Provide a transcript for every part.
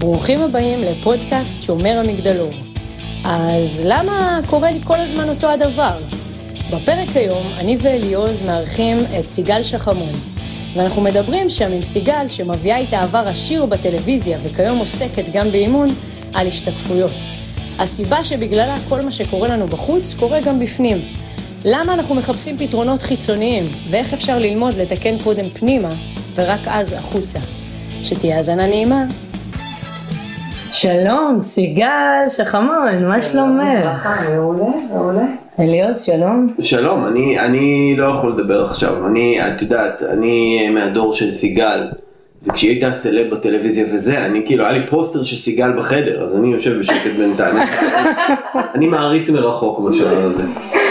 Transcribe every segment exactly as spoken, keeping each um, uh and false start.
ברוכים הבאים לפודקאסט שומר המגדלור. אז למה קורה לי כל הזמן אותו הדבר? בפרק היום אני ואליעוז מארחים את סיגל שחמון, ואנחנו מדברים שם עם סיגל שמביאה איתה עבר עשיר בטלוויזיה וכיום עוסקת גם באימון על השתקפויות. הסיבה שבגללה כל מה שקורה לנו בחוץ קורה גם בפנים. למה אנחנו מחפשים פתרונות חיצוניים ואיך אפשר ללמוד לתקן קודם פנימה ורק אז החוצה. שתהיה האזנה נעימה. שלום, סיגל שחמון, מה שלומך? ברכה, מעולה, מעולה. אליעוז, שלום. שלום, אני, אני לא יכול לדבר עכשיו, אני, את יודעת, אני מהדור של סיגל, וכשהיא הייתה סלב בטלוויזיה וזה, אני כאילו, היה לי פוסטר של סיגל בחדר, אז אני יושב בשקט בינתיים. אני מעריץ מרחוק בשלב הזה.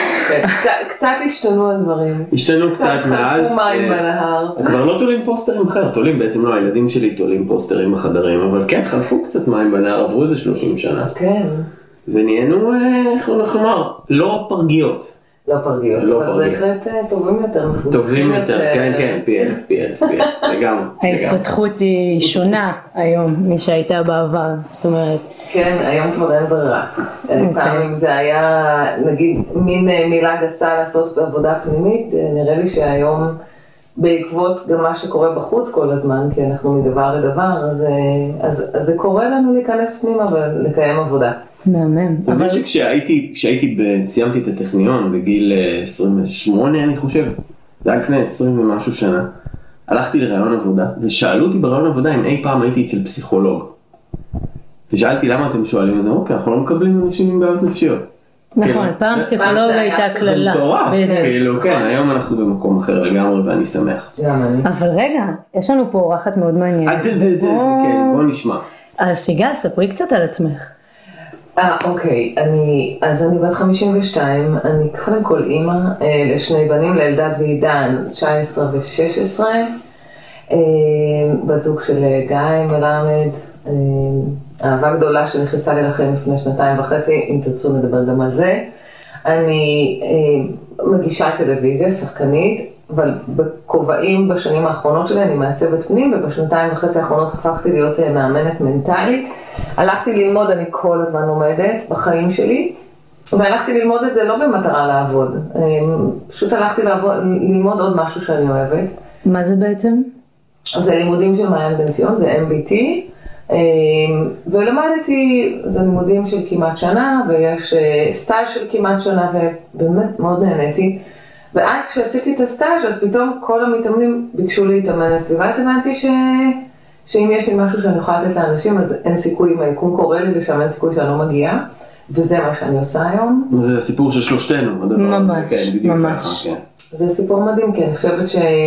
קצת השתנו הדברים. השתנו קצת מאז. חלפו מים בנהר. כבר לא תולים פוסטרים אחר, תולים בעצם לא, הילדים שלי תולים פוסטרים בחדרים, אבל כן, חלפו קצת מים בנהר, עברו איזה שלושים שנה. כן. ונהיינו, איך אנחנו אמר, לא פרגיות. לא פרגיות, אבל בהחלט טובים יותר, מפותחים יותר. טובים יותר, כן, כן, פי אלף, פי אלף, פי אלף, לגמרי. ההתפתחות היא שונה היום, מי שהייתה בעבר, זאת אומרת. כן, היום כבר אין ברירה. פעמים זה היה, נגיד, מין מילה גסה לעשות בעבודה פנימית, נראה לי שהיום, בעקבות גם מה שקורה בחוץ כל הזמן, כי אנחנו מדבר לדבר, אז זה קורה לנו להיכנס פנימה ולקיים עבודה. מהמם. אבל כשהייתי, כשהייתי, סיימתי את הטכניון בגיל עשרים ושמונה אני חושב, זה היה לפני עשרים ומשהו שנה, הלכתי לרעיון עבודה, ושאלו אותי ברעיון עבודה אם אי פעם הייתי אצל פסיכולוג. ושאלתי למה אתם שואלים את זה, אוקיי, אנחנו לא מקבלים אנשים עם בעיות נפשיות. נכון, פעם פסיכולוג הייתה כללה. זה מטורף, כאילו, כן, היום אנחנו במקום אחר לגמרי ואני שמח. אבל רגע, יש לנו פה אורחת מאוד מעניינת. אז כן, בוא נשמע. אז סיגל, ספרי קצת על עצמך. אה, אוקיי, אני, אז אני בת חמישים ושתיים, אני קודם כל אימא אה, לשני בנים, לאלדד ועידן, תשע עשרה ו-שש עשרה, אה, בת זוג של גיא מלמד, אה, אהבה גדולה שנכנסה לי לכם לפני שנתיים וחצי, אם תרצו נדבר גם על זה. אני אה, מגישה טלוויזיה, שחקנית, אבל בכובעים בשנים האחרונות שלי אני מעצבת פנים, ובשנתיים וחצי האחרונות הפכתי להיות מאמנת מנטלית. הלכתי ללמוד, אני כל הזמן לומדת בחיים שלי, והלכתי ללמוד את זה לא במטרה לעבוד, פשוט הלכתי לעבוד, ללמוד עוד משהו שאני אוהבת. מה זה בעצם? זה לימודים של מעיין בן ציון, זה אם בי טי, ולמדתי, זה לימודים של כמעט שנה, ויש סטאז' של כמעט שנה, ובאמת מאוד נהניתי. ואז כשעשיתי את הסטאז' אז פתאום כל המתאמנים ביקשו להתאמן אצלי, ואז הבנתי ש... שאם יש לי משהו שאני יכולה לתת לאנשים, אז אין סיכוי, אם היקום קורא לי לשם, אין סיכוי שאני לא מגיעה, וזה מה שאני עושה היום. זה הסיפור של שלושתנו, הדבר. ממש, כן, בדיוק ממש. ככה, כן. זה סיפור מדהים, כי אני חושבת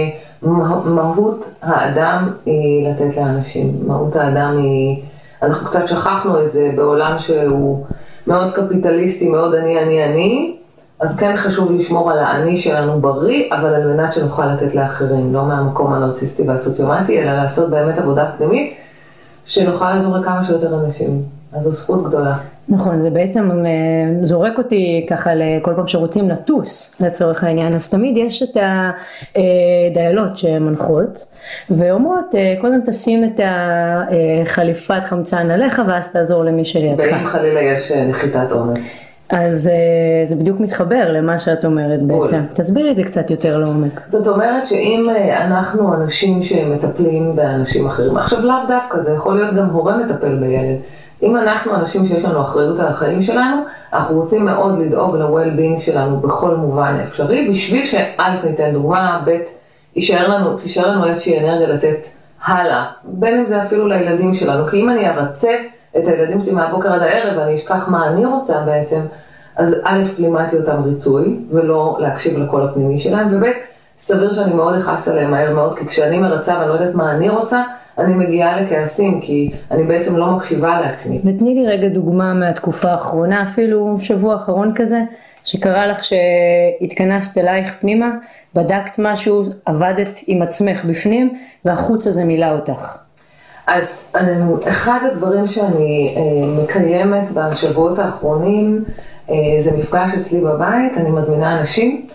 שמהות האדם היא לתת לאנשים. מהות האדם היא, אנחנו קצת שכחנו את זה בעולם שהוא מאוד קפיטליסטי, מאוד אני, אני, אני, אז כן חשוב לשמור על האני שלנו בריא, אבל על מנת שנוכל לתת לאחרים, לא מהמקום הנרסיסטי והסוציומטי, אלא לעשות באמת עבודה פנימית, שנוכל לעזור לכמה שיותר אנשים. אז זו זכות גדולה. נכון, זה בעצם זורק אותי ככה לכל פעם שרוצים לטוס לצורך העניין, אז תמיד יש את הדיילות שמנחות, ואומרות, קודם תשים את החליפת חמצן עליך, ואז תעזור למי שלידך. ואם חלילה יש נחיתת אונס. אז זה בדיוק מתחבר למה שאת אומרת בעצם. תסבירי את זה קצת יותר לעומק. זאת אומרת שאם אנחנו אנשים שמטפלים באנשים אחרים, עכשיו לאו דווקא, זה יכול להיות גם הורה מטפל בילד. אם אנחנו אנשים שיש לנו אחריות על החיים שלנו, אנחנו רוצים מאוד לדאוג ל-well-being שלנו בכל מובן אפשרי, בשביל שא' ניתן דוגמה, ב' יישאר לנו, תישאר לנו איזושהי אנרגיה לתת הלאה, בין אם זה אפילו לילדים שלנו, כי אם אני ארצה את הילדים שלי מהבוקר עד הערב, ואני אשכח מה אני רוצה בעצם, אז א', לימדתי אותם ריצוי, ולא להקשיב לקול הפנימי שלהם, וב', סביר שאני מאוד אכעס עליהם מהר מאוד, כי כשאני מרצה ואני לא יודעת מה אני רוצה, אני מגיעה לכעסים, כי אני בעצם לא מקשיבה לעצמי. ותני לי רגע דוגמה מהתקופה האחרונה, אפילו שבוע האחרון כזה, שקרה לך שהתכנסת אלייך פנימה, בדקת משהו, עבדת עם עצמך בפנים, והחוץ הזה מילא אותך. אז אחד הדברים שאני מקיימת בשבועות האחרונים, זה מפגש אצלי בבית, אני מזמינה אנשים,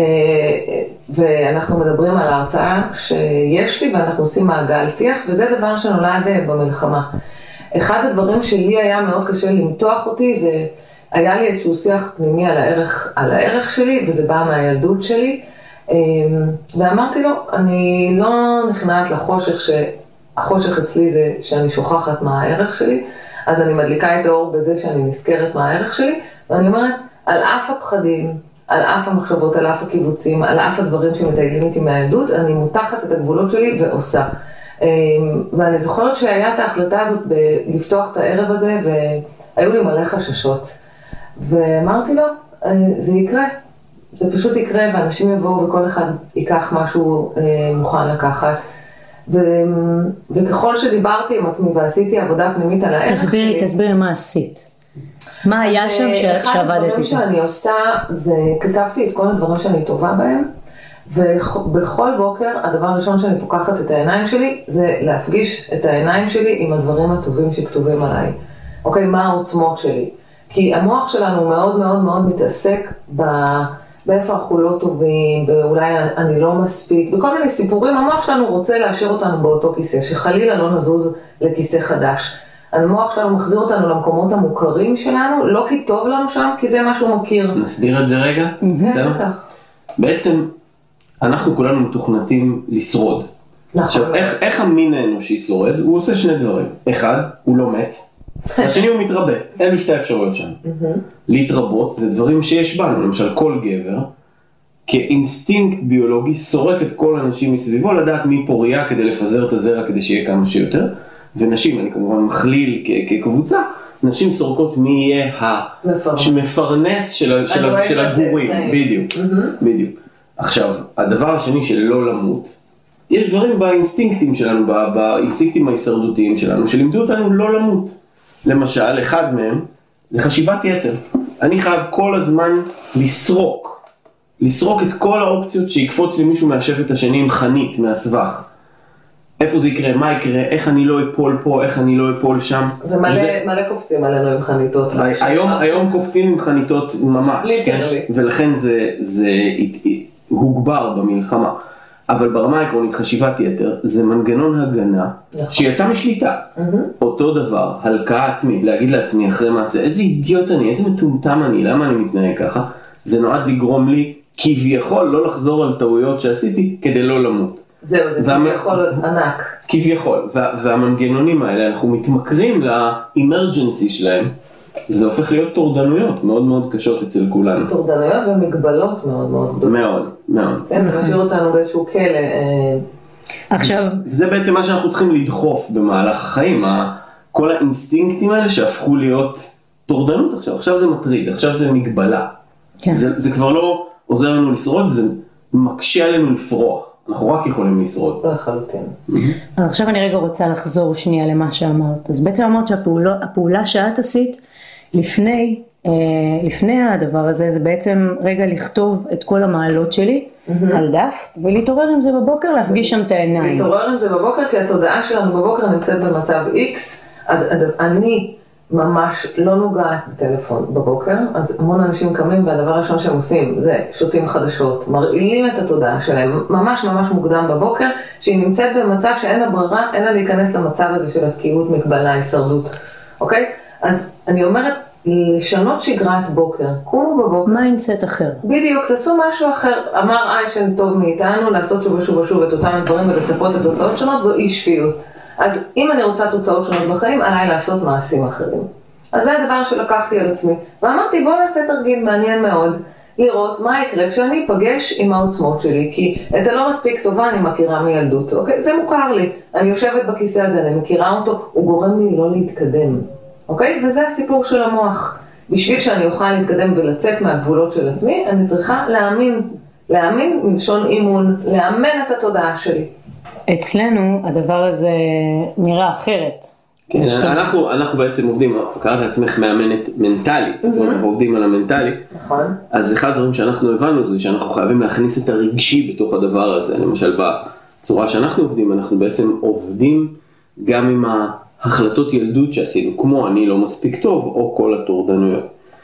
ואנחנו מדברים על ההרצאה שיש לי, ואנחנו עושים מעגל שיח, וזה דבר שנולד במלחמה. אחד הדברים שלי היה מאוד קשה למתוח אותי, זה היה לי איזשהו שיח פנימי על הערך, על הערך שלי, וזה בא מהילדות שלי, ואמרתי לו, אני לא נכנעת לחושך, שהחושך אצלי זה שאני שוכחת מה הערך שלי, אז אני מדליקה את האור בזה שאני נזכרת מה הערך שלי, ואני אומרת, על אף הפחדים, על אף המחשבות, על אף הקיבוצים, על אף הדברים שמטיילים איתי מהילדות, אני מותחת את הגבולות שלי ועושה. ואני זוכרת שהיה את ההחלטה הזאת לפתוח את הערב הזה, והיו לי מלא חששות. ואמרתי לו, זה יקרה, זה פשוט יקרה, ואנשים יבואו וכל אחד ייקח משהו מוכן לקחת. ו... וככל שדיברתי עם עצמי ועשיתי עבודה פנימית על הערך תסבירי, שלי... תסבירי מה עשית. מה היה שם ש... שעבדת איתו? אחד הדברים שאני עושה, זה כתבתי את כל הדברים שאני טובה בהם, ובכל בוקר הדבר הראשון שאני פוקחת את העיניים שלי, זה להפגיש את העיניים שלי עם הדברים הטובים שכתובים עליי. אוקיי, מה העוצמות שלי? כי המוח שלנו מאוד מאוד מאוד מתעסק ב... באיפה אנחנו לא טובים, ואולי אני לא מספיק, בכל מיני סיפורים, המוח שלנו רוצה להשאיר אותנו באותו כיסא, שחלילה לא נזוז לכיסא חדש. המוח שלנו מחזיר אותנו למקומות המוכרים שלנו, לא כי טוב לנו שם, כי זה משהו מכיר. נסביר את זה רגע? כן, בטח. בעצם, אנחנו כולנו מתוכנתים לשרוד. נכון. עכשיו, איך, איך המין האנושי שורד? הוא עושה שני דברים. אחד, הוא לא מת. השני הוא מתרבה, אלו שתי אפשרויות שם. להתרבות זה דברים שיש בנו, למשל כל גבר, כאינסטינקט ביולוגי סורק את כל האנשים מסביבו, לדעת מי פוריה כדי לפזר את הזרע כדי שיהיה כמה שיותר, ונשים, אני כמובן מכליל כקבוצה, נשים סורקות מי יהיה המפרנס של הגורים, בדיוק, בדיוק. עכשיו, הדבר השני של לא למות, יש דברים באינסטינקטים שלנו, באינסטינקטים ההישרדותיים שלנו, שלימדו אותנו לא למות. למשל, אחד מהם זה חשיבת יתר. אני חייב כל הזמן לסרוק, לסרוק את כל האופציות שיקפוץ לי מישהו מהשבט השני עם חנית, מהסבך. איפה זה יקרה, מה יקרה, איך אני לא אפול פה, איך אני לא אפול שם. ומלא וזה... מלא קופצים עלינו עם חניתות. היום, היום קופצים עם חניתות ממש. ליטרלי. כן? ולכן זה, זה הוגבר במלחמה. אבל ברמה העקרונית חשיבת יתר זה מנגנון הגנה שיצא משליטה. אותו דבר, הלקאה עצמית, להגיד לעצמי אחרי מעשה, איזה אידיוט אני, איזה מטומטם אני, למה אני מתנהג ככה? זה נועד לגרום לי כביכול לא לחזור על טעויות שעשיתי כדי לא למות. זהו, זה כביכול ענק. כביכול, והמנגנונים האלה, אנחנו מתמכרים לאמרג'נסי שלהם, וזה הופך להיות תורדנויות מאוד מאוד קשות אצל כולנו. תורדנויות ומגבלות מאוד מאוד גדולות. מאוד, מאוד. כן, זה משאיר אותנו באיזשהו כלא. עכשיו... וזה בעצם מה שאנחנו צריכים לדחוף במהלך החיים, כל האינסטינקטים האלה שהפכו להיות תורדנות עכשיו. עכשיו זה מטריד, עכשיו זה מגבלה. כן. זה, זה כבר לא עוזר לנו לשרוד, זה מקשה עלינו לפרוח. אנחנו רק יכולים לשרוד. לחלוטין. עכשיו אני רגע רוצה לחזור שנייה למה שאמרת. אז בעצם אמרת שהפעולה שאת עשית, לפני, אה, לפני הדבר הזה, זה בעצם רגע לכתוב את כל המעלות שלי mm-hmm. על דף, ולהתעורר עם זה בבוקר, להפגיש שם את העיניים. להתעורר עם זה בבוקר, כי התודעה שלנו בבוקר נמצאת במצב X, אז אני ממש לא נוגעת בטלפון בבוקר, אז המון אנשים קמים, והדבר הראשון שהם עושים, זה שותים חדשות, מרעילים את התודעה שלהם, ממש ממש מוקדם בבוקר, שהיא נמצאת במצב שאין לה ברירה, אין לה להיכנס למצב הזה של התקיעות, מגבלה, הישרדות, אוקיי? אז אני אומרת, לשנות שגרת בוקר, קומו בבוקר. מה ימצאת אחר? בדיוק, תעשו משהו אחר. אמר איישן טוב מאיתנו, לעשות שוב ושוב ושוב את אותם דברים ולצפות לתוצאות שונות, זו אי שפיות. אז אם אני רוצה תוצאות שונות בחיים, עליי לעשות מעשים אחרים. אז זה הדבר שלקחתי על עצמי. ואמרתי, בואו נעשה תרגיל מעניין מאוד, לראות מה יקרה כשאני אפגש עם העוצמות שלי, כי את הלא מספיק טובה אני מכירה מילדות, אוקיי? זה מוכר לי. אני יושבת בכיסא הזה, אני מכירה אותו, הוא גורם לי לא להתקדם. אוקיי? וזה הסיפור של המוח. בשביל שאני אוכל להתקדם ולצאת מהגבולות של עצמי, אני צריכה להאמין, להאמין מלשון אימון, לאמן את התודעה שלי. אצלנו הדבר הזה נראה אחרת. כן, אנחנו, אנחנו בעצם עובדים, קראת לעצמך מאמנת מנטלית, אנחנו עובדים על המנטלי. נכון. אז אחד הדברים שאנחנו הבנו זה שאנחנו חייבים להכניס את הרגשי בתוך הדבר הזה. למשל, בצורה שאנחנו עובדים, אנחנו בעצם עובדים גם עם ההחלטות ילדות שעשינו, כמו אני לא מספיק טוב, או כל התורדנויות.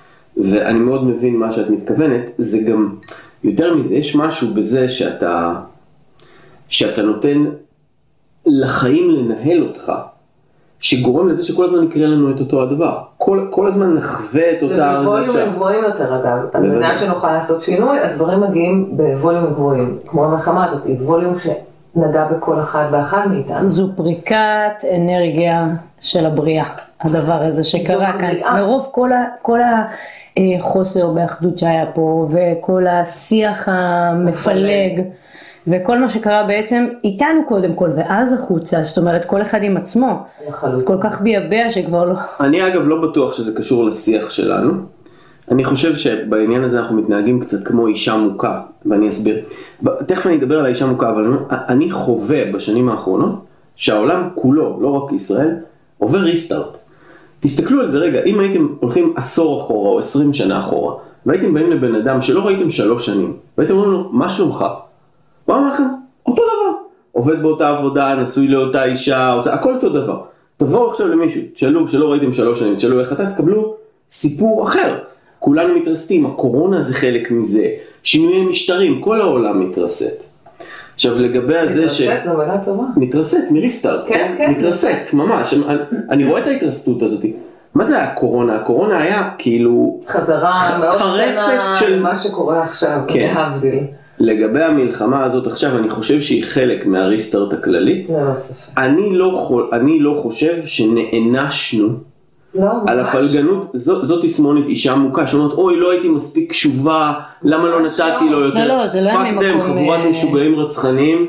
ואני מאוד מבין מה שאת מתכוונת, זה גם, יותר מזה, יש משהו בזה שאתה, שאתה נותן לחיים לנהל אותך, שגורם לזה שכל הזמן יקרה לנו את אותו הדבר. כל, כל הזמן נחווה את אותה הרגשה. ובווליומים גבוהים יותר אגב. על מנת שנוכל לעשות שינוי, הדברים מגיעים בווליומים גבוהים. כמו המלחמה הזאת, היא ווליום שנגע בכל אחד ואחד מאיתנו. זו פריקת אנרגיה של הבריאה, הדבר הזה שקרה כאן. מרוב כל, ה, כל החוסר באחדות שהיה פה, וכל השיח המפלג, וכל מה שקרה בעצם איתנו קודם כל, ואז החוצה, זאת אומרת כל אחד עם עצמו, כל כך ביבע שכבר לא... אני אגב לא בטוח שזה קשור לשיח שלנו, אני חושב שבעניין הזה אנחנו מתנהגים קצת כמו אישה מוכה, ואני אסביר. תכף אני אדבר על האישה מוכה, אבל אני חווה בשנים האחרונות, שהעולם כולו, לא רק ישראל, עובר ריסטארט. תסתכלו על זה רגע, אם הייתם הולכים עשור אחורה או עשרים שנה אחורה, והייתם באים לבן אדם שלא ראיתם שלוש שנים, והייתם אומרים לו, מה שלומך? מה אומר לכם? אותו דבר. עובד באותה עבודה, נשוי לאותה אישה, אותה, הכל אותו דבר. תבואו עכשיו למישהו, תשאלו, שלא ראיתם שלוש שנים, תשאלו איך אתה תקבלו סיפור אחר. כולנו מתרסתים, הקורונה זה חלק מזה, שינויי משטרים, כל העולם מתרסת. עכשיו לגבי הזה ש... מתרסת זו מילה טובה. מתרסת, מריסטארט. כן, כן. מתרסת, ממש. אני, אני רואה את ההתרסתות הזאת. מה זה הקורונה? הקורונה היה כאילו... חזרה מאוד קטנה של מה שקורה עכשיו, כן. להבדיל. לגבי המלחמה הזאת עכשיו, אני חושב שהיא חלק מהריסטארט הכללי. לא ספק. אני לא, אני לא חושב שנענשנו לא, על הפלגנות. זו, זו תסמונת אישה עמוקה, שאומרת, אוי, לא הייתי מספיק קשובה, למה לא נתתי לו יותר? לא, לא, זה לא היה ממקום... חבורת משוגעים רצחניים,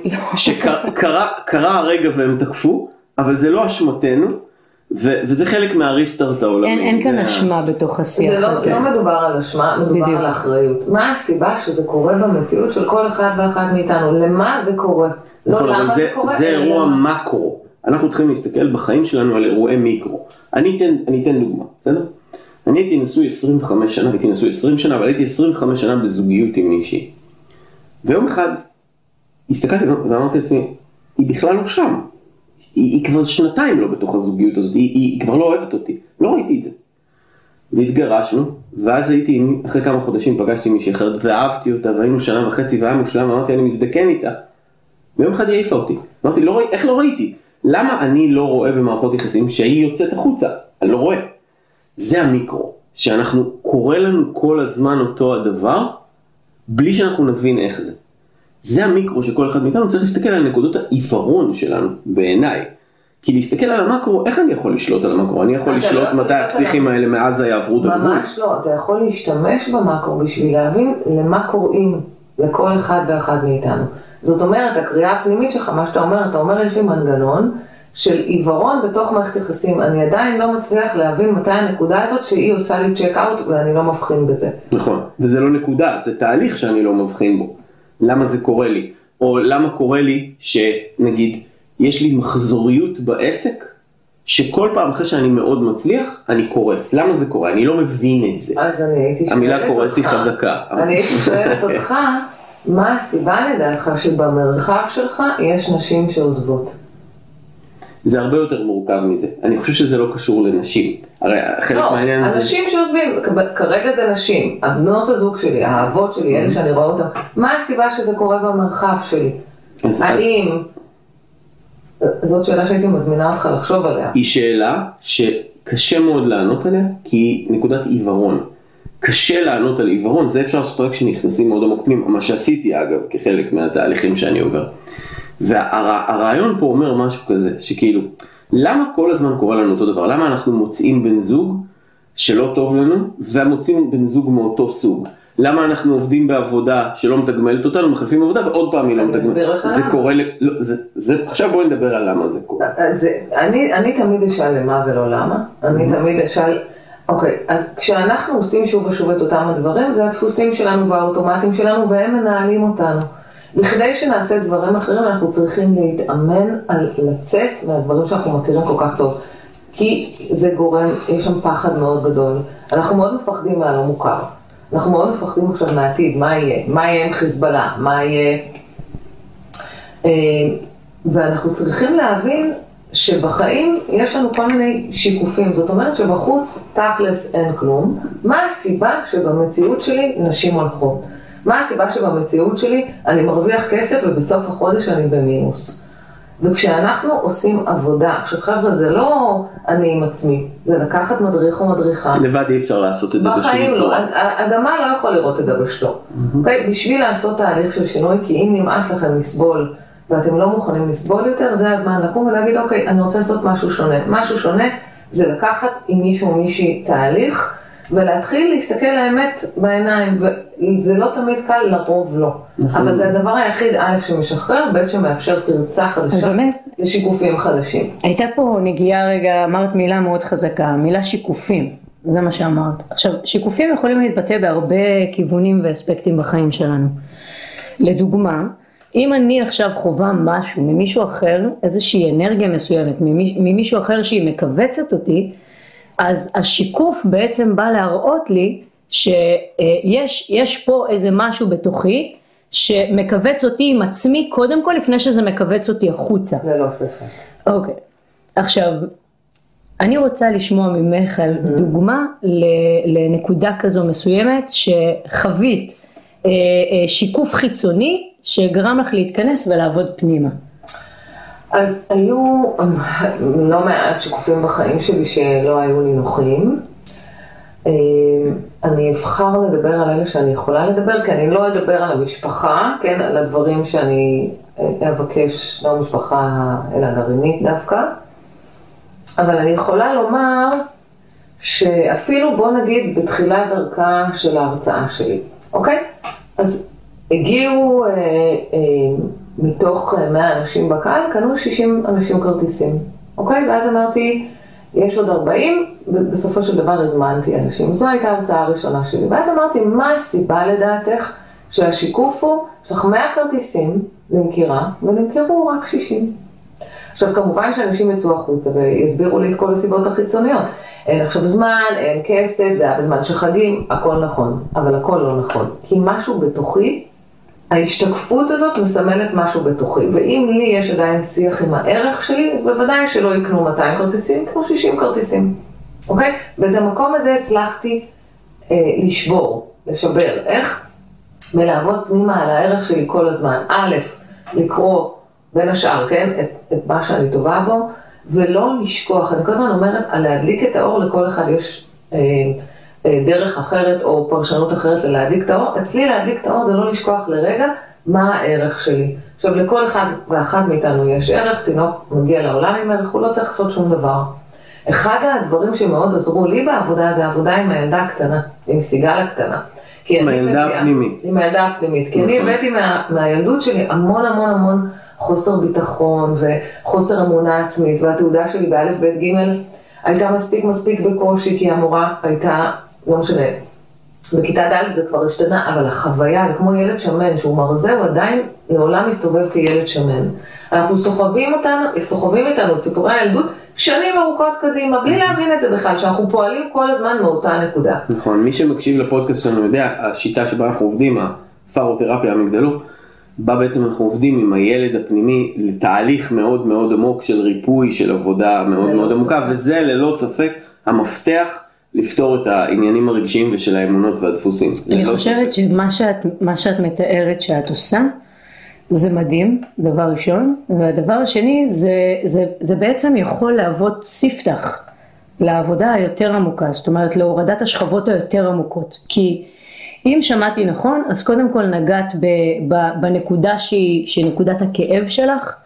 שקרה הרגע והם תקפו, אבל זה לא אשמתנו. ו- וזה חלק מהריסטארט העולמי. אין, אין כאן אשמה בתוך השיח זה הזה. לא, לא מדובר על אשמה, מדובר בדיוק. על האחריות. מה הסיבה שזה קורה במציאות של כל אחד ואחד מאיתנו? למה זה קורה? לא נכון, למה זה, זה קורה? זה אירוע מקרו. אנחנו צריכים להסתכל בחיים שלנו על אירועי מיקרו. אני אתן, אני אתן דוגמה, בסדר? אני הייתי נשוי עשרים וחמש שנה, הייתי נשוי עשרים שנה, אבל הייתי עשרים וחמש שנה בזוגיות עם מישהי. ויום אחד הסתכלתי ואמרתי לעצמי, היא בכלל לא שם. היא, היא כבר שנתיים לא בתוך הזוגיות הזאת, היא, היא כבר לא אוהבת אותי, לא ראיתי את זה. והתגרשנו, ואז הייתי, אחרי כמה חודשים פגשתי מישהי אחרת, ואהבתי אותה, והיינו שנה וחצי, והיה מושלם, אמרתי, אני מזדקן איתה. ויום אחד היא העיפה אותי. אמרתי, לא, איך לא ראיתי? למה אני לא רואה במערכות יחסים שהיא יוצאת החוצה? אני לא רואה. זה המיקרו, שאנחנו, קורא לנו כל הזמן אותו הדבר, בלי שאנחנו נבין איך זה. זה המיקרו שכל אחד מאיתנו צריך להסתכל על נקודות העיוורון שלנו, בעיניי. כי להסתכל על המקרו, איך אני יכול לשלוט על המקרו? אני יכול לשלוט מתי הפסיכים האלה מעזה יעברו את הגבול? ממש לא, אתה יכול להשתמש במקרו בשביל להבין למה קוראים לכל אחד ואחד מאיתנו. זאת אומרת, הקריאה הפנימית שלך, מה שאתה אומר, אתה אומר, יש לי מנגנון של עיוורון בתוך מערכת יחסים. אני עדיין לא מצליח להבין מתי הנקודה הזאת שהיא עושה לי צ'ק אאוט ואני לא מבחין בזה. נכון, וזה לא נקודה, זה תהליך שאני לא מבחין בו. למה זה קורה לי? או למה קורה לי שנגיד, יש לי מחזוריות בעסק, שכל פעם אחרי שאני מאוד מצליח, אני קורס. למה זה קורה? אני לא מבין את זה. אז אני הייתי שואלת אותך. המילה קורס היא חזקה. אני הייתי שואלת אותך, מה הסיבה לדעתך שבמרחב שלך יש נשים שעוזבות? זה הרבה יותר מורכב מזה. אני חושב שזה לא קשור לנשים. הרי חלק לא, מהעניין הזה... אנשים שעוזבים, כרגע זה נשים, הבנות הזוג שלי, האהבות שלי, אלה שאני רואה אותם, מה הסיבה שזה קורה במרחב שלי? האם... זאת שאלה שהייתי מזמינה אותך לחשוב עליה. היא שאלה שקשה מאוד לענות עליה, כי היא נקודת עיוורון. קשה לענות על עיוורון, זה אפשר לעשות רק כשנכנסים מאוד עמוק פנים, מה שעשיתי אגב, כחלק מהתהליכים שאני עובר. והרעיון פה אומר משהו כזה, שכאילו, למה כל הזמן קורה לנו אותו דבר? למה אנחנו מוצאים בן זוג שלא טוב לנו, ומוצאים בן זוג מאותו סוג? למה אנחנו עובדים בעבודה שלא מתגמלת אותנו, מחליפים עבודה ועוד פעם היא לא מתגמלת? זה קורה, לא, זה, זה, עכשיו בואי נדבר על למה זה קורה. זה, אני, אני תמיד אשאל למה ולא למה, אני תמיד אשאל, אוקיי, אז כשאנחנו עושים שוב ושוב את אותם הדברים, זה הדפוסים שלנו והאוטומטים שלנו, והם מנהלים אותנו. בכדי שנעשה דברים אחרים, אנחנו צריכים להתאמן על לצאת מהדברים שאנחנו מכירים כל כך טוב. כי זה גורם, יש שם פחד מאוד גדול. אנחנו מאוד מפחדים מהלא מוכר. אנחנו מאוד מפחדים עכשיו מהעתיד, מה יהיה? מה יהיה עם חיזבאללה? מה יהיה? ואנחנו צריכים להבין שבחיים יש לנו כל מיני שיקופים. זאת אומרת שבחוץ תכלס אין כלום. מה הסיבה שבמציאות שלי נשים הולכות? מה הסיבה שבמציאות שלי אני מרוויח כסף ובסוף החודש אני במינוס? וכשאנחנו עושים עבודה, עכשיו חבר'ה זה לא אני עם עצמי, זה לקחת מדריך או מדריכה. לבד אי אפשר לעשות את זה בשום צורה. לא, הגמל לא יכול לראות את דבשתו. אוקיי? בשביל לעשות תהליך של שינוי, כי אם נמאס לכם לסבול, ואתם לא מוכנים לסבול יותר, זה הזמן לקום ולהגיד, אוקיי, אני רוצה לעשות משהו שונה. משהו שונה זה לקחת עם מישהו או מישהי תהליך, ולהתחיל להסתכל לאמת בעיניים, וזה לא תמיד קל, לרוב לא. אבל זה הדבר היחיד, א', שמשחרר, ב', שמאפשר פרצה חדשה לשיקופים חדשים. הייתה פה נגיעה רגע, אמרת מילה מאוד חזקה, מילה שיקופים, זה מה שאמרת. עכשיו, שיקופים יכולים להתבטא בהרבה כיוונים ואספקטים בחיים שלנו. לדוגמה, אם אני עכשיו חובה משהו ממישהו אחר, איזושהי אנרגיה מסוימת, ממישהו אחר שהיא מקבצת אותי, אז השיקוף בעצם בא להראות לי שיש יש פה איזה משהו בתוכי שמקבץ אותי עם עצמי קודם כל לפני שזה מקבץ אותי החוצה. ללא ספק. אוקיי. עכשיו, אני רוצה לשמוע ממך על דוגמה לנקודה כזו מסוימת שחווית שיקוף חיצוני שגרם לך להתכנס ולעבוד פנימה. אז היו לא מעט שיקופים בחיים שלי שלא היו לי נוחים. אני אבחר לדבר על אלה שאני יכולה לדבר, כי אני לא אדבר על המשפחה, כן, על הדברים שאני אבקש, לא משפחה אלא גרעינית דווקא. אבל אני יכולה לומר שאפילו בוא נגיד בתחילת דרכה של ההרצאה שלי, אוקיי? אז הגיעו... אה, אה, מתוך מאה אנשים בקהל, קנו שישים אנשים כרטיסים, אוקיי? ואז אמרתי, יש עוד ארבעים, בסופו של דבר הזמנתי אנשים. זו הייתה ההרצאה הראשונה שלי. ואז אמרתי, מה הסיבה לדעתך שהשיקוף הוא, יש לך מאה כרטיסים למכירה, ונמכרו רק שישים. עכשיו, כמובן שאנשים יצאו החוצה ויסבירו לי את כל הסיבות החיצוניות. אין עכשיו זמן, אין כסף, זה היה בזמן שחגים, הכל נכון, אבל הכל לא נכון. כי משהו בתוכי, ההשתקפות הזאת מסמלת משהו בתוכי, ואם לי יש עדיין שיח עם הערך שלי, אז בוודאי שלא יקנו מאתיים כרטיסים, יקנו שישים כרטיסים, אוקיי? ואת המקום הזה הצלחתי אה, לשבור, לשבר. איך? ולעבוד פנימה על הערך שלי כל הזמן. א', לקרוא בין השאר, כן? את, את מה שאני טובה בו, ולא לשכוח. אני כל הזמן אומרת, על להדליק את האור, לכל אחד יש... אה, דרך אחרת או פרשנות אחרת ללהדליק את האור. אצלי להדליק את האור זה לא לשכוח לרגע מה הערך שלי. עכשיו לכל אחד ואחד מאיתנו יש ערך, תינוק מגיע לעולם עם ערך, הוא לא צריך לעשות שום דבר. אחד הדברים שמאוד עזרו לי בעבודה זה העבודה עם הילדה הקטנה, עם סיגל הקטנה. עם הילדה הפנימית. עם הילדה הפנימית, כי אני הבאתי מה, מהילדות שלי המון המון המון חוסר ביטחון וחוסר אמונה עצמית, והתעודה שלי באלף בית ג' הייתה מספיק מספיק בקושי, כי המורה הייתה, לא משנה, בכיתה ד' זה כבר השתנה, אבל החוויה זה כמו ילד שמן, שהוא מרזה, הוא עדיין לעולם מסתובב כילד שמן. אנחנו סוחבים אותנו, סוחבים איתנו ציפורי הילדות, שנים ארוכות קדימה, בלי להבין את זה בכלל, שאנחנו פועלים כל הזמן מאותה נקודה. נכון, מי שמקשיב לפודקאסט שלנו יודע, השיטה שבה אנחנו עובדים, הפארותרפיה המגדלות, בה בעצם אנחנו עובדים עם הילד הפנימי לתהליך מאוד מאוד עמוק של ריפוי, של עבודה מאוד מאוד עמוקה, וזה ללא ספק המפתח לפתור את העניינים הרגשיים ושל האמונות והדפוסים. אני חושבת שמה שאת, מה שאת מתארת שאת עושה, זה מדהים, דבר ראשון, והדבר השני זה, זה, זה בעצם יכול להוות ספתח לעבודה היותר עמוקה, זאת אומרת להורדת השכבות היותר עמוקות, כי אם שמעתי נכון, אז קודם כל נגעת ב, ב, בנקודה שהיא, שהיא נקודת הכאב שלך,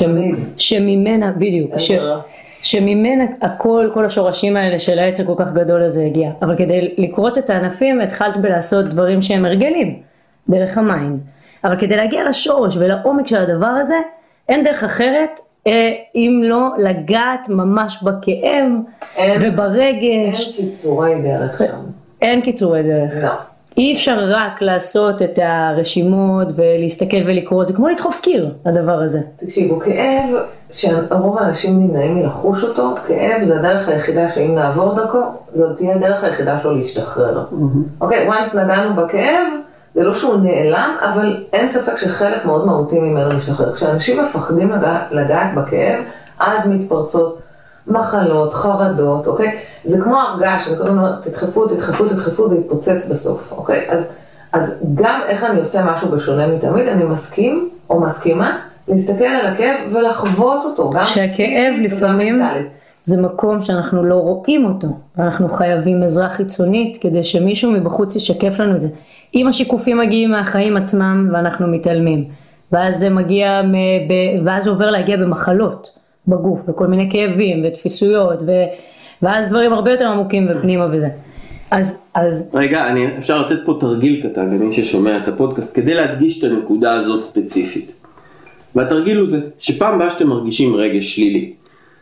שממנה, בדיוק, ש, שממנה הכל, כל השורשים האלה של העץ כל כך גדול הזה הגיע. אבל כדי לקרות את הענפים, התחלת בלעשות דברים שהם הרגלים, דרך המיינד. אבל כדי להגיע לשורש ולעומק של הדבר הזה, אין דרך אחרת, אם לא לגעת ממש בכאב אין, וברגש. אין קיצורי דרך שם. אין קיצורי דרך. לא. אי אפשר רק לעשות את הרשימות ולהסתכל ולקרוא, זה כמו לדחוף קיר, הדבר הזה. תקשיבו, כאב, שרוב האנשים נמנעים מלחוש אותו, כאב זה הדרך היחידה שאם נעבור דרכו, זאת תהיה הדרך היחידה שלו להשתחרר. אוקיי, once נגענו בכאב, זה לא שהוא נעלם, אבל אין ספק שחלק מאוד מהותי ממנו משתחרר. כשאנשים מפחדים לגע, לגעת בכאב, אז מתפרצות מחלות, חרדות, אוקיי? זה כמו הרגש, אני קודם אומרת, תדחפו, תדחפו, תדחפו, זה יתפוצץ בסוף, אוקיי? אז, אז גם איך אני עושה משהו בשונה מתמיד, אני מסכים או מסכימה להסתכל על הכאב ולחוות אותו, גם שהכאב לפעמים זה מקום שאנחנו לא רואים אותו, ואנחנו חייבים עזרה חיצונית כדי שמישהו מבחוץ ישקף לנו את זה. אם השיקופים מגיעים מהחיים עצמם ואנחנו מתעלמים, ואז זה מגיע, ואז זה עובר להגיע במחלות בגוף, וכל מיני כאבים ותפיסויות, ואז דברים הרבה יותר עמוקים ופנימה וזה. אז, אז... רגע, אני, אפשר לתת פה תרגיל קטן למי ששומע את הפודקאסט, כדי להדגיש את הנקודה הזאת ספציפית. והתרגיל הוא זה, שפעם הבאה שאתם מרגישים רגש שלילי,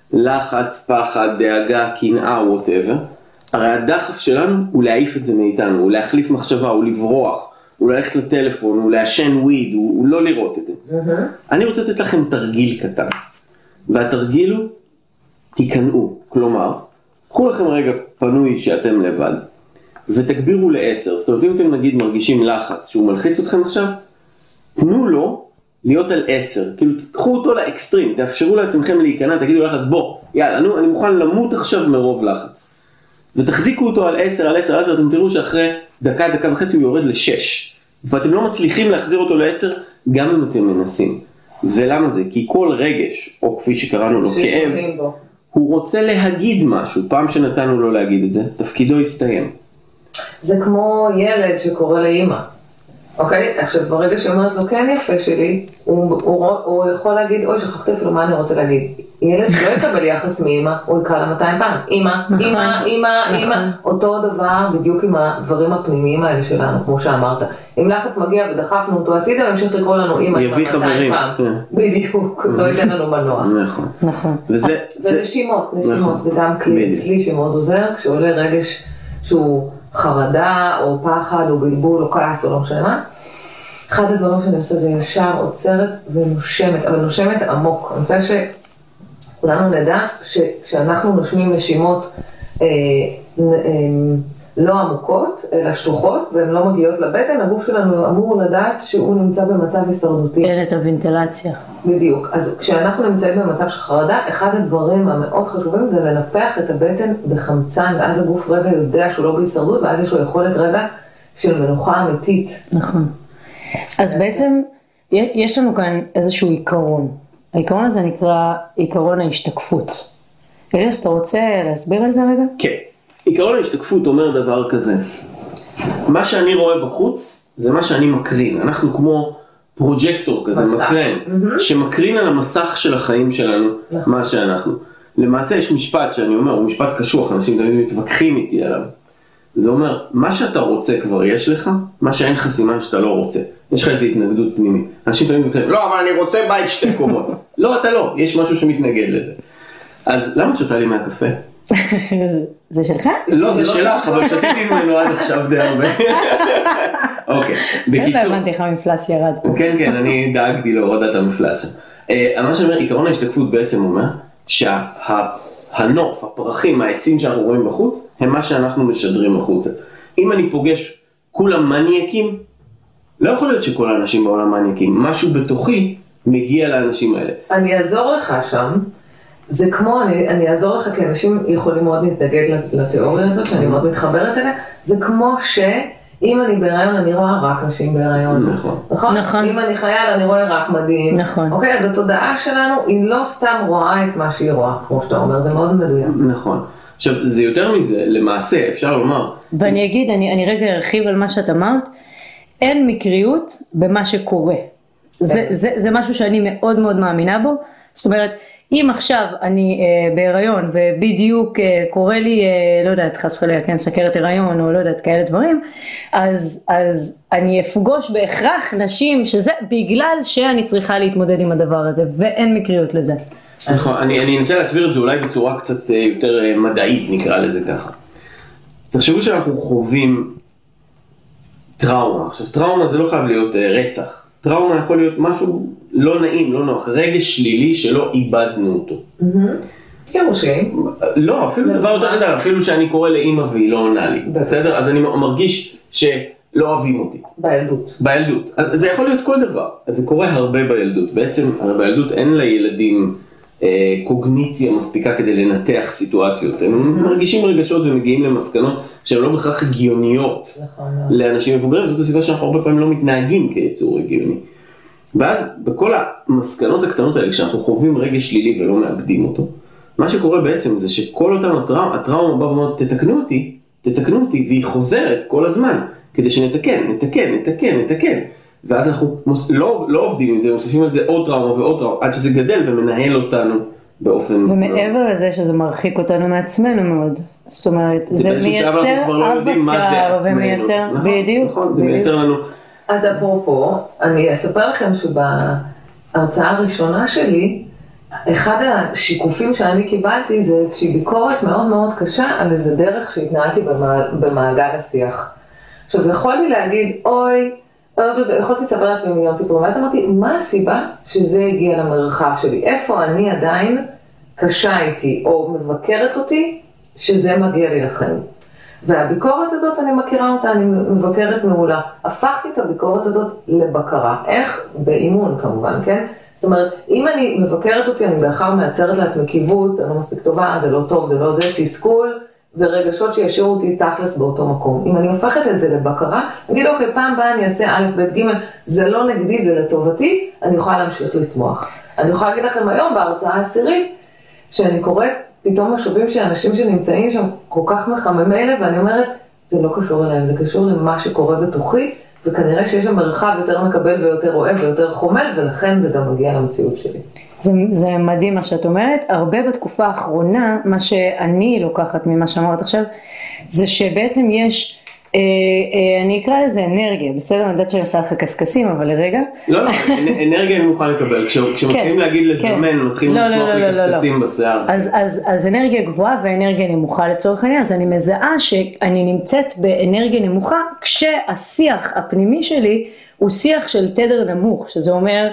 לחץ, פחד, דאגה, קנאה, whatever, הרי הדחף שלנו הוא להעיף את זה מאיתנו, הוא להחליף מחשבה, הוא לברוח, הוא ללכת לטלפון, הוא לעשן וויד, הוא, הוא לא לראות את זה. Mm-hmm. אני רוצה לתת לכם תרגיל קטן, והתרגיל הוא, תיכנעו, כלומר, קחו לכם רגע פנוי שאתם לבד, ותגבירו לעשר, זאת אומרת, אם אתם נגיד מרגישים לחץ, שהוא מלחיץ אתכם עכשיו, תנו לו להיות על עשר, כאילו תקחו אותו לאקסטרים, תאפשרו לעצמכם להיכנע, תגידו לחץ, בוא, יאללה, נו, אני מוכן למות עכשיו מרוב לחץ. ותחזיקו אותו על עשר, על עשר, על עשר, אתם תראו שאחרי דקה, דקה וחצי הוא יורד לשש, ואתם לא מצליחים להחזיר אותו לעשר, גם אם אתם מנסים. ולמה זה? כי כל רגש, או כפי שקראנו לו כאב, הוא רוצה להגיד משהו, פעם שנתנו לו להגיד את זה, תפקידו יסתיים. זה כמו ילד שקורא לאמא. אוקיי, עכשיו ברגע שאומרת לו כן יפה שלי, הוא, הוא, הוא יכול להגיד, אוי שכחתי אפילו מה אני רוצה להגיד. ילד לא יקבל יחס מאמא, הוא יקרא לה מאתיים פעם, אמא, אמא, אמא, אמא. אותו דבר בדיוק עם הדברים הפנימיים האלה שלנו, כמו שאמרת. אם לחץ מגיע ודחפנו אותו הצידה, הוא המשיך לקרוא לנו אמא, יביא חברים. בדיוק, לא ייתן לנו מנוע. נכון. נכון. וזה... ונשימות, נשימות, זה גם כלי אצלי שמאוד עוזר, כשעולה רגש שהוא... חרדה או פחד או בלבול או כעס או לא משנה מה. אחד הדברים שאני עושה זה ישר עוצרת ונושמת, אבל נושמת עמוק. אני רוצה שכולנו נדע שכשאנחנו נושמים נשימות אה, אה, לא עמוקות, אלא שטוחות, והן לא מגיעות לבטן, הגוף שלנו אמור לדעת שהוא נמצא במצב הישרדותי. אין את הוונטילציה. בדיוק. אז כשאנחנו נמצאים במצב של חרדה, אחד הדברים המאוד חשובים זה לנפח את הבטן בחמצן, ואז הגוף רגע יודע שהוא לא בהישרדות, ואז יש לו יכולת רגע של מנוחה אמיתית. נכון. אז בעצם יש לנו כאן איזשהו עיקרון. העיקרון הזה נקרא עיקרון ההשתקפות. אליאס, אתה רוצה להסביר על זה רגע? כן. עיקרון ההשתקפות אומר דבר כזה, מה שאני רואה בחוץ זה מה שאני מקרין, אנחנו כמו פרוג'קטור כזה, מקרין, mm-hmm. שמקרין על המסך של החיים שלנו, נכון. מה שאנחנו. למעשה יש משפט שאני אומר, הוא משפט קשוח, אנשים תמיד מתווכחים איתי עליו. זה אומר, מה שאתה רוצה כבר יש לך, מה שאין לך סימן שאתה לא רוצה. יש לך איזו התנגדות פנימית. אנשים תמיד מתווכחים, לא, אבל אני רוצה בית שתי קומות. לא, אתה לא, יש משהו שמתנגד לזה. אז למה את שותה לי מהקפה? זה שלך? לא, זה שלך, אבל שתיתי ממנו עד עכשיו די הרבה. אוקיי, בקיצור. לא הבנתי איך המפלס ירד פה. כן, כן, אני דאגתי להורדת המפלס. מה שאני אומר, עיקרון ההשתקפות בעצם אומר, שהנוף, הפרחים, העצים שאנחנו רואים בחוץ, הם מה שאנחנו משדרים בחוץ. אם אני פוגש כולם מניאקים, לא יכול להיות שכל האנשים בעולם מניאקים. משהו בתוכי מגיע לאנשים האלה. אני אעזור לך שם. זה כמו, אני, אני אעזור לך, כי אנשים יכולים מאוד להתנגד לתיאוריה הזאת, שאני מאוד מתחברת אליה, זה כמו שאם אני בהיריון, אני רואה רק נשים בהיריון. נכון. נכון? נכון. אם אני חייל, אני רואה רק מדהים. נכון. אוקיי, אז התודעה שלנו, היא לא סתם רואה את מה שהיא רואה, כמו שאתה אומר, זה מאוד מדויק. נכון. עכשיו, זה יותר מזה, למעשה, אפשר לומר. ואני אגיד, אני, אני רגע ארחיב על מה שאת אמרת, אין מקריות במה שקורה. זה, זה, זה משהו שאני מאוד מאוד מאמינה בו, זאת אומרת, אם עכשיו אני אה, בהיריון ובדיוק אה, קורה לי, אה, לא יודעת, חס וחלילה, כן, סכרת הריון או לא יודעת, כאלה דברים, אז, אז אני אפגוש בהכרח נשים שזה בגלל שאני צריכה להתמודד עם הדבר הזה, ואין מקריות לזה. נכון, אני, אני אנסה להסביר את זה אולי בצורה קצת יותר מדעית, נקרא לזה ככה. תחשבו שאנחנו חווים טראומה. עכשיו, טראומה זה לא חייב להיות רצח. טראומה יכול להיות משהו לא נעים, לא נוח, רגש שלילי שלא איבדנו אותו. גירושים? לא, אפילו דבר יותר קטן, אפילו שאני קורא לאמא והיא לא עונה לי. בסדר? אז אני מרגיש שלא אוהבים אותי. בילדות. בילדות. זה יכול להיות כל דבר. זה קורה הרבה בילדות. בעצם בילדות אין לילדים קוגניציה מספיקה כדי לנתח סיטואציות. הם מרגישים רגשות ומגיעים למסקנות שהן לא בכך הגיוניות לאנשים מבוגרים. זאת הסיבה שאנחנו הרבה פעמים לא מתנהגים כיצור הגיוני. ואז בכל המסקנות הקטנות האלה, כשאנחנו חווים רגש שלילי ולא מאבדים אותו, מה שקורה בעצם זה שכל אותם הטראומה, הטראומה בא ואומרת, תתקנו אותי, תתקנו אותי, והיא חוזרת כל הזמן, כדי שנתקן, נתקן, נתקן, נתקן. ואז אנחנו לא, לא עובדים עם זה, מוסיפים על זה עוד טראומה ועוד טראומה, עד שזה גדל ומנהל אותנו באופן... ומעבר לא... לזה שזה מרחיק אותנו מעצמנו מאוד. זאת אומרת, זה, זה מייצר אבטר ומייצר... נכון, בדיוק. נכון, זה מייצר לנו... אז אפרופו, אני אספר לכם שבהרצאה הראשונה שלי, אחד השיקופים שאני קיבלתי זה איזושהי ביקורת מאוד מאוד קשה על איזה דרך שהתנהלתי במעגל השיח. עכשיו, יכולתי להגיד, אוי, יכולתי לספר לעצמי מיליון סיפורים, ואז אמרתי, מה הסיבה שזה הגיע למרחב שלי? איפה אני עדיין קשה איתי או מבקרת אותי שזה מגיע לי לחיים? והביקורת הזאת, אני מכירה אותה, אני מבקרת מעולה. הפכתי את הביקורת הזאת לבקרה. איך? באימון כמובן, כן? זאת אומרת, אם אני מבקרת אותי, אני באחר מייצרת לעצמי קיבוץ, אני לא מספיק טובה, זה לא טוב, זה לא זה, תסכול, ורגשות שישאירו אותי תכלס באותו מקום. אם אני הופכת את זה לבקרה, נגיד, אוקיי, פעם באה אני אעשה א', ב', ג', זה לא נגדי, זה לטובתי, אני יכולה להמשיך לצמוח. אני יכולה להגיד לכם היום בהרצאה העשירית, שאני קוראת פתאום משובים שאנשים שנמצאים שם כל כך מחממי לב, ואני אומרת, זה לא קשור אליהם, זה קשור למה שקורה בתוכי, וכנראה שיש שם מרחב יותר מקבל ויותר אוהב ויותר חומל, ולכן זה גם מגיע למציאות שלי. זה, זה מדהים מה שאת אומרת. הרבה בתקופה האחרונה, מה שאני לוקחת ממה שאמרת עכשיו, זה שבעצם יש, אה, אה, אני אקרא לזה אנרגיה, בסדר? אני יודעת שאני עושה לך קסקסים, אבל לרגע. לא, לא, אנרגיה אני מוכן לקבל. כשמתחילים להגיד לזמן, מתחילים לצמוח לקסקסים בשיער. אז, אז, אז אנרגיה גבוהה ואנרגיה נמוכה לצורך העניין, אז אני מזהה שאני נמצאת באנרגיה נמוכה, כשהשיח הפנימי שלי הוא שיח של תדר נמוך, שזה אומר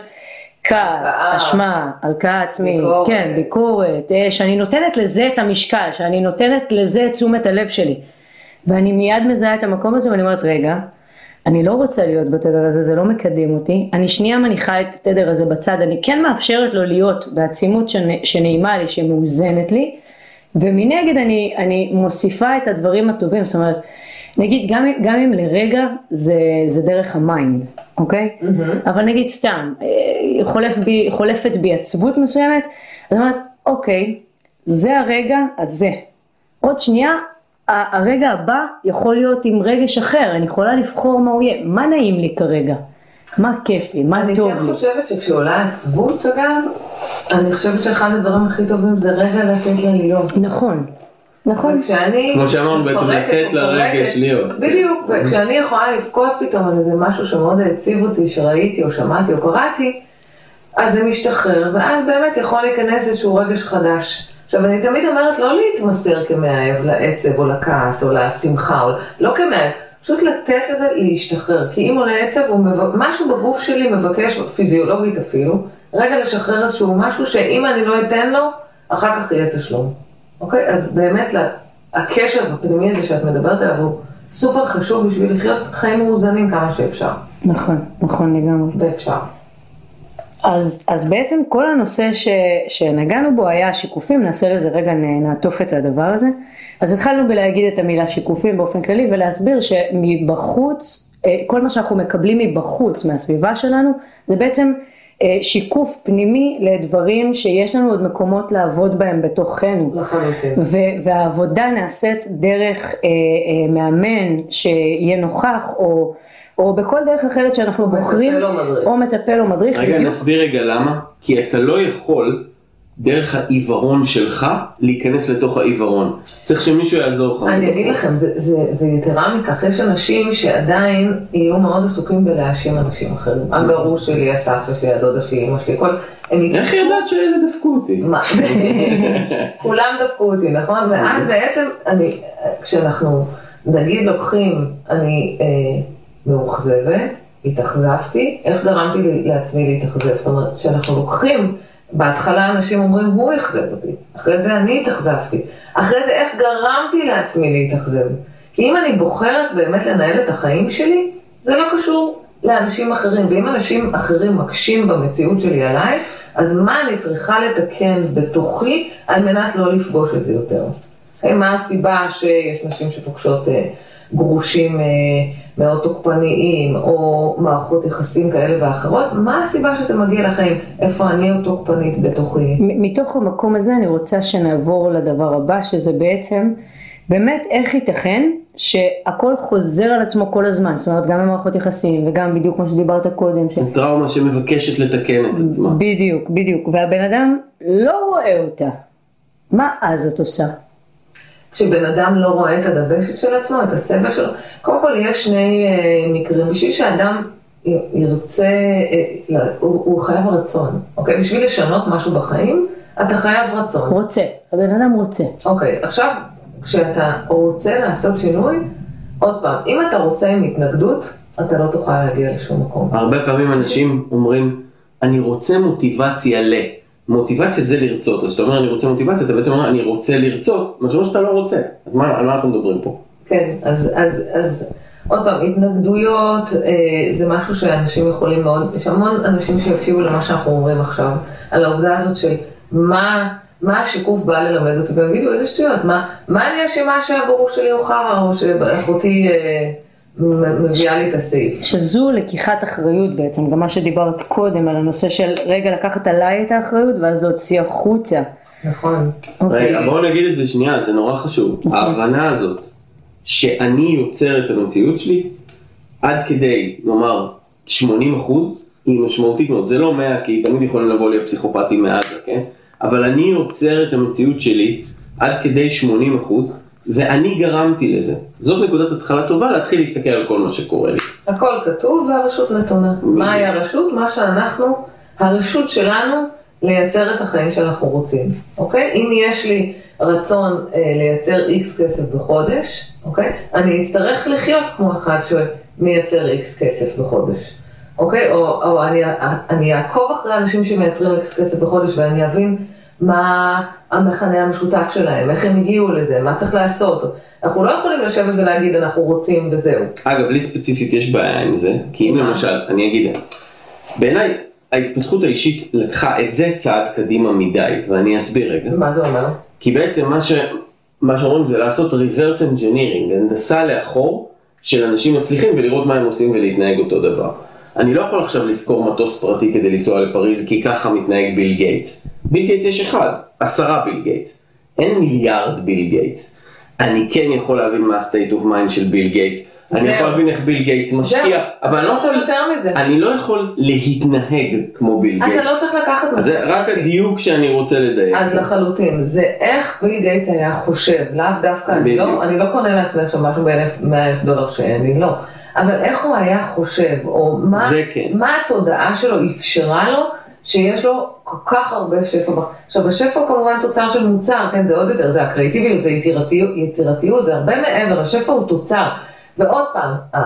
כעס, אשמה, הלקאה עצמית, כן, ביקורת, שאני נותנת לזה את המשקל, שאני נותנת לזה את תשומת הלב שלי. ואני מיד מזהה את המקום הזה ואני אומרת, רגע, אני לא רוצה להיות בתדר הזה, זה לא מקדם אותי, אני שנייה מניחה את התדר הזה בצד, אני כן מאפשרת לו להיות בעצימות שנעימה לי, שמאוזנת לי, ומנגד אני, אני מוסיפה את הדברים הטובים, זאת אומרת, נגיד, גם, גם אם לרגע זה, זה דרך המיינד, אוקיי? Mm-hmm. אבל נגיד סתם, חולף בי, חולפת בי עצבות מסוימת, אז אומרת, אוקיי, זה הרגע הזה. עוד שנייה, הרגע הבא יכול להיות עם רגש אחר, אני יכולה לבחור מה הוא יהיה, מה נעים לי כרגע, מה כיף לי, מה טוב לי. אני כן חושבת שכשעולה עצבות אגב, אני חושבת שאחד הדברים הכי טובים זה רגע לתת לה להיות. נכון. נכון. כמו שאמרנו בעצם לתת לרגש להיות. בדיוק, וכשאני יכולה לפקוד פתאום על איזה משהו שמאוד הציב אותי, שראיתי או שמעתי או קראתי, אז זה משתחרר, ואז באמת יכול להיכנס איזשהו רגש חדש. עכשיו אני תמיד אומרת לא להתמסר כמאהב לעצב או לכעס או לשמחה, או לא כמאהב, פשוט לתת לזה להשתחרר, כי אם עולה עצב, משהו בגוף שלי מבקש, פיזיולוגית אפילו, רגע לשחרר איזשהו משהו שאם אני לא אתן לו, אחר כך יהיה תשלום. אוקיי? אז באמת הקשר הפנימי הזה שאת מדברת עליו הוא סופר חשוב בשביל לחיות חיים מאוזנים כמה שאפשר. נכון, נכון לגמרי. ואפשר. אז, אז בעצם כל הנושא ש, שנגענו בו היה שיקופים, נעשה לזה רגע נעטוף את הדבר הזה. אז התחלנו בלהגיד את המילה שיקופים באופן כללי ולהסביר שמבחוץ, כל מה שאנחנו מקבלים מבחוץ, מהסביבה שלנו, זה בעצם שיקוף פנימי לדברים שיש לנו עוד מקומות לעבוד בהם בתוכנו. לחלוטין. והעבודה נעשית דרך אה, אה, מאמן שיהיה נוכח, או, או בכל דרך אחרת שאנחנו בוחרים, או מטפל או מדריך. רגע, נסביר רגע למה, כי אתה לא יכול דרך העיוורון שלך להיכנס לתוך העיוורון. צריך שמישהו יעזור לך. אני אגיד לכם, זה, זה, זה יתרה מכך, יש אנשים שעדיין יהיו מאוד עסוקים בלהאשים אנשים אחרים. הגרוש שלי, הסבתא שלי, הדודה שלי, אמא שלי, כל... איך ידעת שאלה דפקו אותי? מה? כולם דפקו אותי, נכון? ואז בעצם, אני, כשאנחנו נגיד לוקחים, אני אה, מאוכזבת, התאכזבתי, איך גרמתי לעצמי להתאכזב? זאת אומרת, כשאנחנו לוקחים, בהתחלה אנשים אומרים, הוא יחזב אותי, אחרי זה אני התאכזבתי, אחרי זה איך גרמתי לעצמי להתאכזב. כי אם אני בוחרת באמת לנהל את החיים שלי, זה לא קשור לאנשים אחרים, ואם אנשים אחרים מקשים במציאות שלי עליי, אז מה אני צריכה לתקן בתוכי על מנת לא לפגוש את זה יותר? מה הסיבה שיש נשים שפוגשות גרושים מאוד תוקפניים, או מערכות יחסים כאלה ואחרות, מה הסיבה שזה מגיע לכם? איפה אני או תוקפנית בתוכי? מתוך המקום הזה אני רוצה שנעבור לדבר הבא, שזה בעצם, באמת איך ייתכן שהכל חוזר על עצמו כל הזמן, זאת אומרת גם במערכות יחסים וגם בדיוק כמו שדיברת קודם. ש... טראומה שמבקשת לתקן את עצמה. בדיוק, בדיוק, והבן אדם לא רואה אותה. מה אז את עושה? כשבן אדם לא רואה את הדבשת של עצמו, את הסבל שלו, קודם כל יש שני uh, מקרים, בשביל שאדם ירצה, uh, הוא, הוא חייב רצון, אוקיי? בשביל לשנות משהו בחיים, אתה חייב רצון. רוצה, הבן אדם רוצה. אוקיי, עכשיו, כשאתה רוצה לעשות שינוי, עוד פעם, אם אתה רוצה עם התנגדות, אתה לא תוכל להגיע לשום מקום. הרבה פעמים אנשים אומרים, אני רוצה מוטיבציה ל... מוטיבציה זה לרצות, אז אתה אומר אני רוצה מוטיבציה, אתה בעצם אומר אני רוצה לרצות, מה שאומר שאתה לא רוצה, אז מה, על מה אנחנו מדברים פה? כן, אז, אז, אז עוד פעם, התנגדויות אה, זה משהו שאנשים יכולים מאוד, יש המון אנשים שיקשיבו למה שאנחנו אומרים עכשיו, על העובדה הזאת של מה, מה השיקוף בא ללמד אותי, והם יגידו איזה שטויות, מה, מה אני אשמה שהברור שלי הוא חרא, או שאחותי אה, מביאה לי את הסעיף. שזו לקיחת אחריות בעצם, גם מה שדיברת קודם על הנושא של רגע לקחת עליי את האחריות ואז להוציא החוצה. נכון. רגע, בואו נגיד את זה שנייה, זה נורא חשוב. ההבנה הזאת שאני יוצר את המציאות שלי עד כדי, נאמר, שמונים אחוז, היא משמעותית מאוד. זה לא מאה, כי תמיד יכולים לבוא לי הפסיכופטים מעזה, כן? אבל אני יוצר את המציאות שלי עד כדי שמונים אחוז, ואני גרמתי לזה. זאת נקודת התחלה טובה להתחיל להסתכל על כל מה שקורה לי. הכל כתוב והרשות נתונה. מהי הרשות? מה שאנחנו, הרשות שלנו לייצר את החיים שאנחנו רוצים. אוקיי? אם יש לי רצון אה, לייצר X כסף בחודש, אוקיי? אני אצטרך לחיות כמו אחד שמייצר X כסף בחודש. אוקיי? או, או אני, אני אעקוב אחרי אנשים שמייצרים X כסף בחודש ואני אבין מה המכנה המשותף שלהם, איך הם הגיעו לזה, מה צריך לעשות. אנחנו לא יכולים לשבת ולהגיד אנחנו רוצים וזהו. אגב, לי ספציפית יש בעיה עם זה, כי אם למשל, אני אגיד, בעיניי ההתפתחות האישית לקחה את זה צעד קדימה מדי, ואני אסביר רגע. מה זה אומר? כי בעצם מה, ש... מה שאומרים זה לעשות reverse engineering, הנדסה לאחור של אנשים מצליחים ולראות מה הם עושים ולהתנהג אותו דבר. אני לא יכול עכשיו לזכור מטוס פרטי כדי לנסוע לפריז, כי ככה מתנהג ביל גייטס. ביל גייטס יש אחד, עשרה ביל גייטס. אין מיליארד ביל גייטס. אני כן יכול להבין מה ה-state of mind של ביל גייטס. אני יכול להבין איך ביל גייטס משקיע, אבל אני לא יכול, אני לא יכול להתנהג כמו ביל גייטס. אתה לא צריך לקחת מטוס פרטי. זה רק הדיוק שאני רוצה לדייק. אז לחלוטין, זה איך ביל גייטס היה חושב, לאו דווקא, אני לא קונה לעצמי עכשיו משהו ב-מאה אלף דולר שאין לי, לא. אבל איך הוא היה חושב, או מה, כן. מה התודעה שלו אפשרה לו, שיש לו כל כך הרבה שפע. עכשיו, השפע הוא כמובן תוצר של מוצר, כן, זה עוד יותר, זה הקריאטיביות, זה יצירתיות, יצירתיות, זה הרבה מעבר, השפע הוא תוצר. ועוד פעם,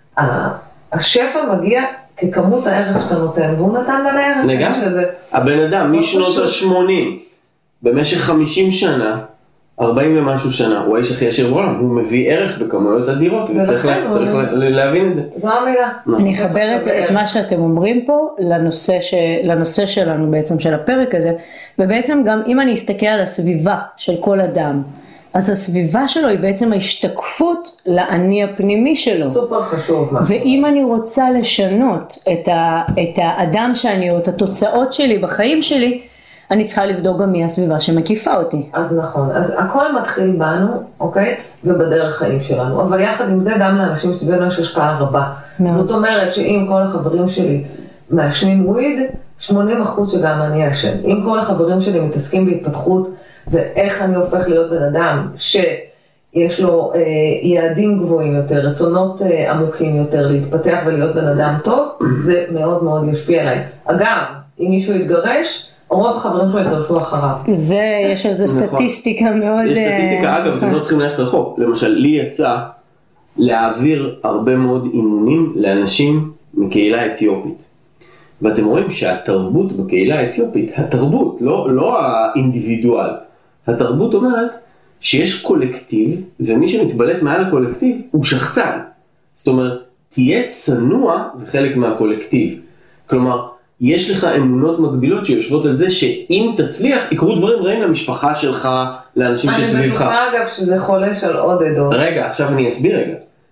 השפע מגיע ככמות הערך שאתה נותן, והוא נתן בין הערך. לגמרי, הבן אדם משנות ה-שמונים, במשך חמישים שנה, ארבעים ומשהו שנה, הוא האיש הכי ישיר בעולם, הוא מביא ערך בכמויות אדירות, וצריך לה, צריך לה, להבין את זה. זו המילה. אני אחברת את מה שאתם אומרים פה לנושא, ש... לנושא שלנו בעצם של הפרק הזה, ובעצם גם אם אני אסתכל על הסביבה של כל אדם, אז הסביבה שלו היא בעצם ההשתקפות לאני הפנימי שלו. סופר חשוב. ואם אני רוצה לשנות את, ה... את האדם שאני, או את התוצאות שלי בחיים שלי, אני צריכה לבדוק גם מי הסביבה שמקיפה אותי. אז נכון, אז הכל מתחיל בנו, אוקיי? ובדרך חיים שלנו, אבל יחד עם זה גם לאנשים סביבנו יש השפעה רבה. מאוד. זאת אומרת שאם כל החברים שלי מעשנים וויד, שמונים אחוז שגם אני אשן. אם כל החברים שלי מתעסקים בהתפתחות, ואיך אני הופך להיות בן אדם שיש לו אה, יעדים גבוהים יותר, רצונות אה, עמוקים יותר, להתפתח ולהיות בן אדם טוב, זה מאוד מאוד ישפיע עליי. אגב, אם מישהו יתגרש, רוב החברים שלו ידרשו אחריו. זה, יש על זה סטטיסטיקה מאוד... יש סטטיסטיקה, אגב, אתם לא צריכים ללכת רחוק. למשל, לי יצא להעביר הרבה מאוד אימונים לאנשים מקהילה אתיופית. ואתם רואים שהתרבות בקהילה האתיופית, התרבות, לא, לא האינדיבידואל, התרבות אומרת שיש קולקטיב, ומי שמתבלט מעל הקולקטיב הוא שחצן. זאת אומרת, תהיה צנוע וחלק מהקולקטיב. כלומר, יש לך אמונות מקבילות שיושבות על זה שאם תצליח, יקרו דברים רעים למשפחה שלך, לאנשים שסביבך. אני בטוחה אגב שזה חולש על עוד עדות. רגע, עכשיו אני אסביר רגע.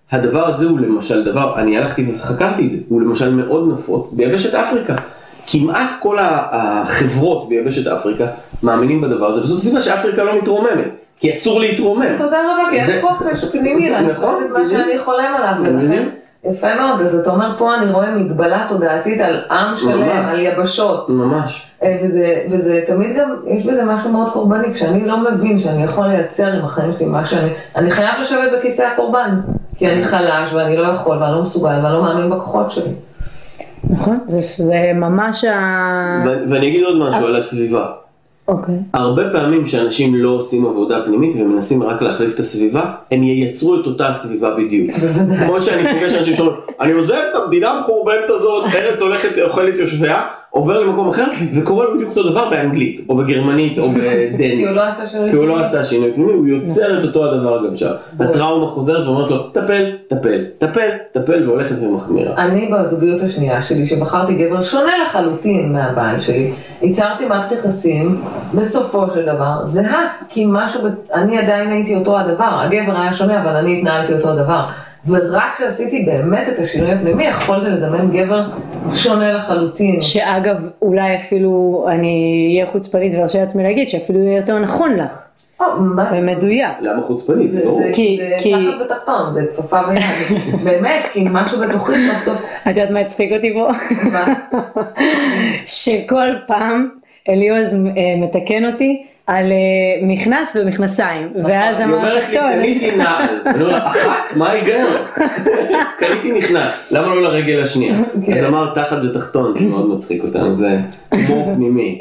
הדבר הזה הוא למשל דבר, אני הלכתי וחקרתי את זה, הוא למשל מאוד נפוץ ביבשת אפריקה. כמעט כל החברות ביבשת אפריקה מאמינים בדבר הזה, וזאת סיבה שאפריקה לא מתרוממת, כי אסור להתרומם. תודה רבה, כי אין חופש פנימי לעשות את מה שאני חולם עליו, ולכן יפה מאוד. אז אתה אומר, פה אני רואה מגבלה תודעתית על עם שלם, על יבשות. ממש. וזה, וזה תמיד גם, יש בזה משהו מאוד קורבני, כשאני לא מבין שאני יכול לייצר עם החיים שלי מה שאני, אני חייב לשבת בכיסא הקורבן, כי אני חלש ואני לא יכול ואני לא מסוגל ואני לא מאמין בכוחות שלי. נכון, זה, זה ממש ה... ו- ואני אגיד עוד משהו על הסביבה. אוקיי. הרבה פעמים שאנשים לא עושים עבודה פנימית ומנסים רק להחליף את הסביבה, הם ייצרו את אותה הסביבה בדיוק. כמו שאני פוגש אנשים שאומרים, אני עוזב את המדינה המחורבנת הזאת, ארץ הולכת, אוכלת יושביה, עובר למקום אחר, וקורה בדיוק אותו דבר באנגלית, או בגרמנית, או בדנית. כי הוא לא עשה שינוי פנימי. כי הוא לא עשה שינוי פנימי, הוא יוצר את אותו הדבר גם שם. הטראומה חוזרת ואומרת לו, טפל, טפל, טפל, טפל, והולכת ומחמירה. אני בזוגיות השנייה שלי, שבחרתי גבר שונה לחלוטין מהבעל שלי, ייצרתי מערכת יחסים, בסופו של דבר, זהה, כי משהו, אני עדיין הייתי אותו הדבר, הגבר היה שונה, אבל אני התנהלתי אותו הדבר. ורק כשעשיתי באמת את השינוי הפנימי, יכולתי לזמן גבר שונה לחלוטין. שאגב, אולי אפילו, אני אהיה חוצפנית והרשה לעצמי להגיד, שאפילו יהיה יותר נכון לך. ומדויק. למה חוצפנית? זה תחת בתחתון, זה כפפה ויד. באמת, כי משהו בתוכי סוף סוף. את יודעת מה הצחיק אותי בו? שכל פעם אליעוז מתקן אותי, על מכנס ומכנסיים, ואז היא אומרת לי, קניתי נעל, אני אומר לה, אחת? מה ההיגיון? קניתי מכנס, למה לא לרגל השנייה? אז אמר תחת ותחתון, זה מאוד מצחיק אותנו, זה מור פנימי.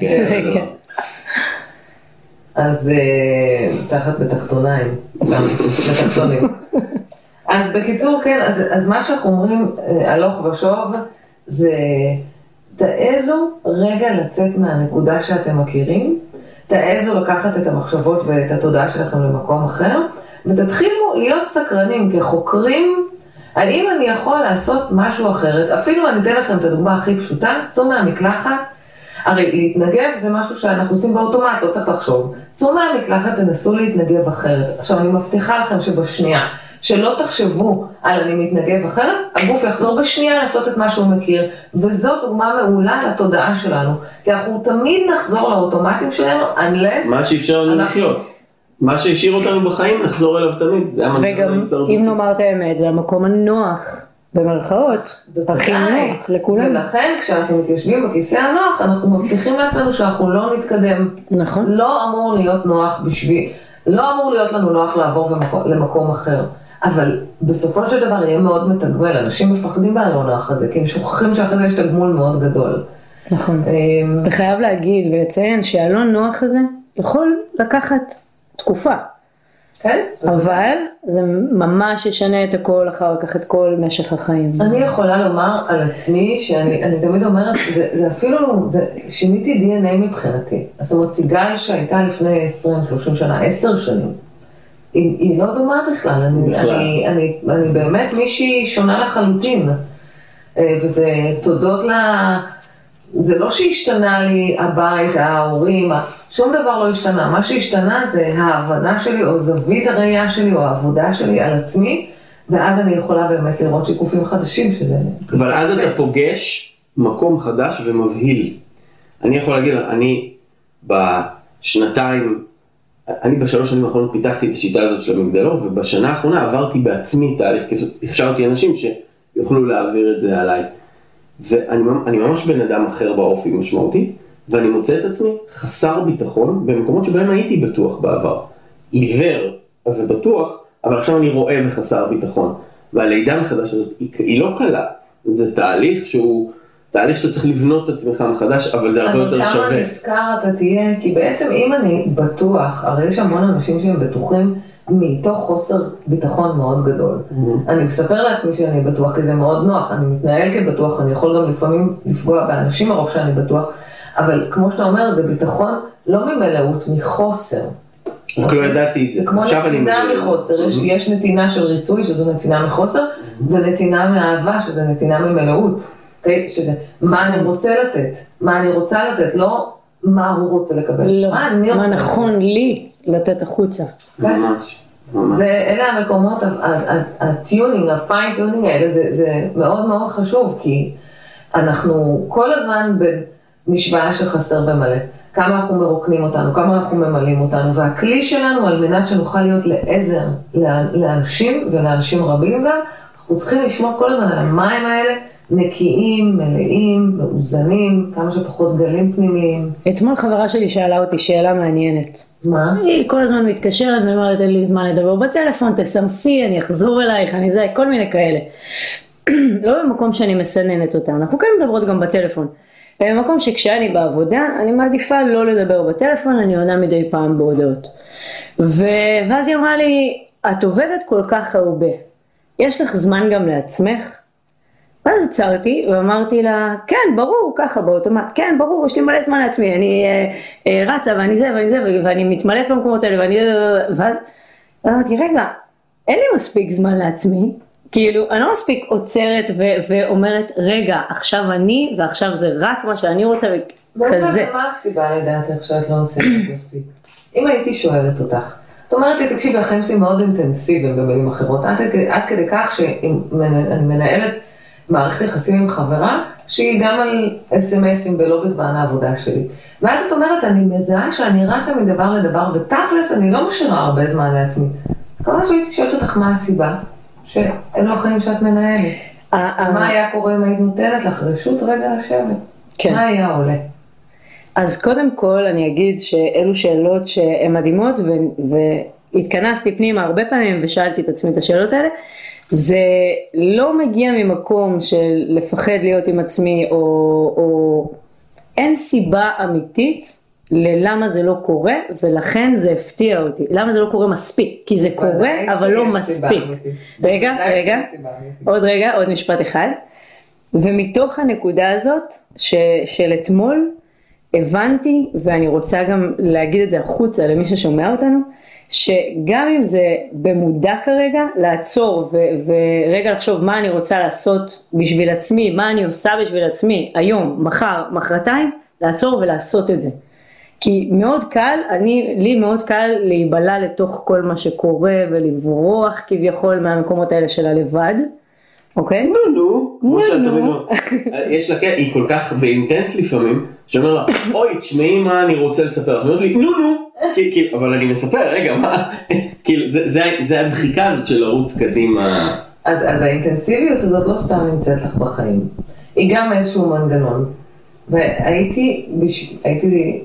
אז תחת בתחתוניים, סתם, בתחתונים. אז בקיצור, כן, אז מה שאנחנו אומרים, הלוך ושוב, זה תעזו רגע לצאת מהנקודה שאתם מכירים, תעזו לקחת את המחשבות ואת התודעה שלכם למקום אחר, ותתחילו להיות סקרנים כחוקרים, האם אני יכול לעשות משהו אחרת, אפילו אני אתן לכם את הדוגמה הכי פשוטה, צאו מהמקלחת, הרי להתנגב זה משהו שאנחנו עושים באוטומט, לא צריך לחשוב, צאו מהמקלחת, תנסו להתנגב אחרת, עכשיו אני מבטיחה לכם שבשנייה, שלא תחשבו על אני מתנגב אחרת, הגוף יחזור בשנייה לעשות את מה שהוא מכיר, וזו דוגמה מעולה לתודעה שלנו, כי אנחנו תמיד נחזור לאוטומטים שלנו, unless... מה שאפשר לנו לחיות, מה שהשאיר אותנו בחיים, נחזור אליו תמיד, זה וגם אם נאמר את האמת, זה המקום הנוח, במרכאות, הכי נוח לכולם. ולכן כשאנחנו מתיישבים בכיסא הנוח, אנחנו מבטיחים לעצמנו שאנחנו לא נתקדם. נכון. לא אמור להיות נוח בשביל, לא אמור להיות לנו נוח לעבור למקום אחר. אבל בסופו של דבר יהיה מאוד מתגמל, אנשים מפחדים מהלא נוח הזה, כי הם שוכחים שאחרי זה יש תגמול מאוד גדול. נכון, וחייב להגיד ולציין שהלא נוח הזה יכול לקחת תקופה. כן? אבל זה ממש ישנה את הכל אחר כך, את כל משך החיים. אני יכולה לומר על עצמי, שאני אני תמיד אומרת, זה, זה אפילו, זה, שיניתי די אן איי מבחינתי. זאת אומרת, סיגל שהייתה לפני עשרים שלושים שנה, עשר שנים, היא, היא לא דומה בכלל, אני, בכלל. אני, אני, אני באמת מישהי שונה לחלוטין, וזה תודות לה, זה לא שהשתנה לי הבית, ההורים, שום דבר לא השתנה, מה שהשתנה זה ההבנה שלי, או זווית הראייה שלי, או העבודה שלי על עצמי, ואז אני יכולה באמת לראות שיקופים חדשים שזה... אבל אז אתה פוגש מקום חדש ומבהיל. אני יכול להגיד, אני בשנתיים, אני בשלוש שנים האחרונות פיתחתי את השיטה הזאת של המגדלור, ובשנה האחרונה עברתי בעצמי תהליך, כי הכשרתי אנשים שיוכלו להעביר את זה עליי. ואני ממש בן אדם אחר באופי משמעותי, ואני מוצא את עצמי חסר ביטחון במקומות שבהם הייתי בטוח בעבר. עיוור ובטוח, אבל עכשיו אני רואה וחסר ביטחון. והלידה מחדש הזאת היא, היא לא קלה. זה תהליך שהוא, תהליך שאתה צריך לבנות את עצמך מחדש, אבל זה הרבה יותר שווה. אבל כמה נזכר אתה תהיה, כי בעצם אם אני בטוח, הרי יש המון אנשים שהם בטוחים, מתוך חוסר ביטחון מאוד גדול. Mm-hmm. אני מספר לעצמי שאני בטוח, כי זה מאוד נוח, אני מתנהל כבטוח, אני יכול גם לפעמים לפגוע באנשים הרוב שאני בטוח, אבל כמו שאתה אומר, זה ביטחון לא ממלאות, מחוסר. רק לא ידעתי את זה. זה כמו נתינה מחוסר, יש, יש נתינה של ריצוי, שזו נתינה מחוסר, ונתינה מאהבה, שזה נתינה ממלאות. Okay? שזה מה אני רוצה לתת, מה אני רוצה לתת, לא מה הוא רוצה לקבל. לא, מה, מה נכון לי לתת החוצה. ממש. זה, אלה המקומות, הטיונינג, הפיין טיונינג האלה, זה, זה מאוד מאוד חשוב, כי אנחנו כל הזמן במשוואה שחסר במלא. כמה אנחנו מרוקנים אותנו, כמה אנחנו ממלאים אותנו, והכלי שלנו על מנת שנוכל להיות לעזר לאנשים ולאנשים רבים גם, אנחנו צריכים לשמור כל הזמן על המים האלה, נקיים, מלאים, מאוזנים, כמה שפחות גלים פנימיים. אתמול חברה שלי שאלה אותי שאלה מעניינת. מה? היא כל הזמן מתקשרת ואומרת, אין לי זמן לדבר בטלפון, תסמסי, אני אחזור אלייך, אני זה, כל מיני כאלה. לא במקום שאני מסננת אותה, אנחנו כן מדברות גם בטלפון. במקום שכשאני בעבודה, אני מעדיפה לא לדבר בטלפון, אני עונה מדי פעם בהודעות. ו... ואז היא אמרה לי, את עובדת כל כך הרבה, יש לך זמן גם לעצמך? ואז עצרתי ואמרתי לה, כן, ברור, ככה באוטומט, כן, ברור, יש לי מלא זמן לעצמי, אני אה, אה, רצה ואני זה ואני זה, ואני מתמלאת במקומות האלה, ואני... ואז אמרתי, רגע, אין לי מספיק זמן לעצמי, כאילו, אני לא מספיק עוצרת ו- ואומרת, רגע, עכשיו אני, ועכשיו זה רק מה שאני רוצה, וכזה. מה הסיבה לדעתך שאת לא עוצרת מספיק? אם הייתי שואלת אותך, את אומרת לי, תקשיבי, החיים שלי מאוד אינטנסיביים במילים אחרות, עד, עד כדי כך שאני מנהלת מערכת יחסים עם חברה, שהיא גם על אס-אם-אסים ולא בזמן העבודה שלי. ואז את אומרת, אני מזהה שאני רצה מדבר לדבר, ותכלס אני לא משאירה הרבה זמן לעצמי. אז כמה שהייתי שואלת אותך מה הסיבה? שאלו החיים שאת מנהלת. מה היה קורה אם היית נותנת לך רשות רגע לשבת? מה היה עולה? אז קודם כל אני אגיד שאלו שאלות שהן מדהימות, והתכנסתי פנימה הרבה פעמים ושאלתי את עצמי את השאלות האלה. זה לא מגיע ממקום של לפחד להיות עם עצמי, או, או אין סיבה אמיתית ללמה זה לא קורה, ולכן זה הפתיע אותי. למה זה לא קורה מספיק? כי זה קורה, אבל לא מספיק. רגע, רגע, עוד רגע, עוד משפט אחד. ומתוך הנקודה הזאת, ש, של אתמול, הבנתי, ואני רוצה גם להגיד את זה החוצה למי ששומע אותנו, שגם אם זה במודע כרגע, לעצור ו- ורגע לחשוב מה אני רוצה לעשות בשביל עצמי, מה אני עושה בשביל עצמי, היום, מחר, מחרתיים, לעצור ולעשות את זה. כי מאוד קל, אני, לי מאוד קל להיבלה לתוך כל מה שקורה ולברוח כביכול מהמקומות האלה של הלבד. אוקיי? נו נו, כמו שאת אומרת, יש לה, היא כל כך באינטנס לפעמים, שאומר לה, אוי, תשמעי מה אני רוצה לספר, ואומרת לי, נו נו, אבל אני מספר, רגע, מה, כאילו, זה הדחיקה הזאת של לרוץ קדימה. אז האינטנסיביות הזאת לא סתם נמצאת לך בחיים, היא גם איזשהו מנגנון, והייתי, הייתי,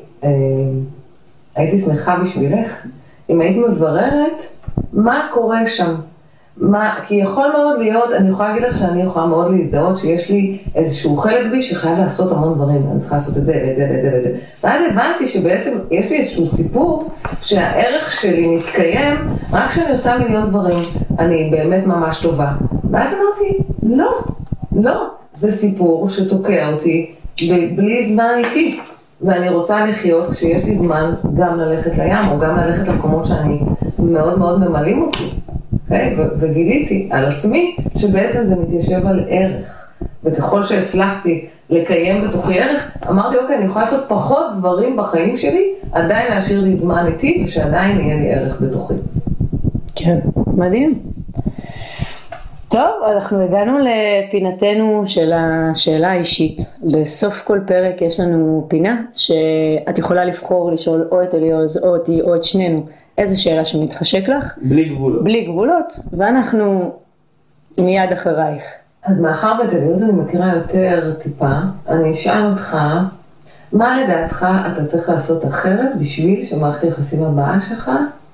הייתי שמחה בשבילך, אם היית מבררת מה קורה שם. מה, כי יכול מאוד להיות, אני יכולה להגיד לך שאני יכולה מאוד להזדהות שיש לי איזשהו חלק בי שחייב לעשות המון דברים, אני צריכה לעשות את זה ואת זה ואת זה ואת זה. ואז הבנתי שבעצם יש לי איזשהו סיפור שהערך שלי מתקיים רק כשאני עושה מיליון דברים, אני באמת ממש טובה. ואז אמרתי, לא, לא, זה סיפור שתוקע אותי בלי זמן איתי. ואני רוצה לחיות כשיש לי זמן גם ללכת לים או גם ללכת למקומות שאני מאוד מאוד ממלאים אותי. Okay, ו- וגיליתי על עצמי שבעצם זה מתיישב על ערך, וככל שהצלחתי לקיים בתוכי ערך, אמרתי אוקיי, אני יכולה לעשות פחות דברים בחיים שלי, עדיין להשאיר לי זמן איתי, ושעדיין יהיה לי ערך בתוכי. כן, מדהים. טוב, אנחנו הגענו לפינתנו של השאלה האישית. לסוף כל פרק יש לנו פינה שאת יכולה לבחור לשאול או את אליעוז או אותי או את שנינו, איזו שאלה שמתחשק לך? בלי גבולות. בלי גבולות, ואנחנו מיד אחרייך. אז מאחר ואת אליעוז אני מכירה יותר טיפה, אני אשאל אותך, מה לדעתך אתה צריך לעשות אחרת בשביל שמערכת היחסים הבאה שלך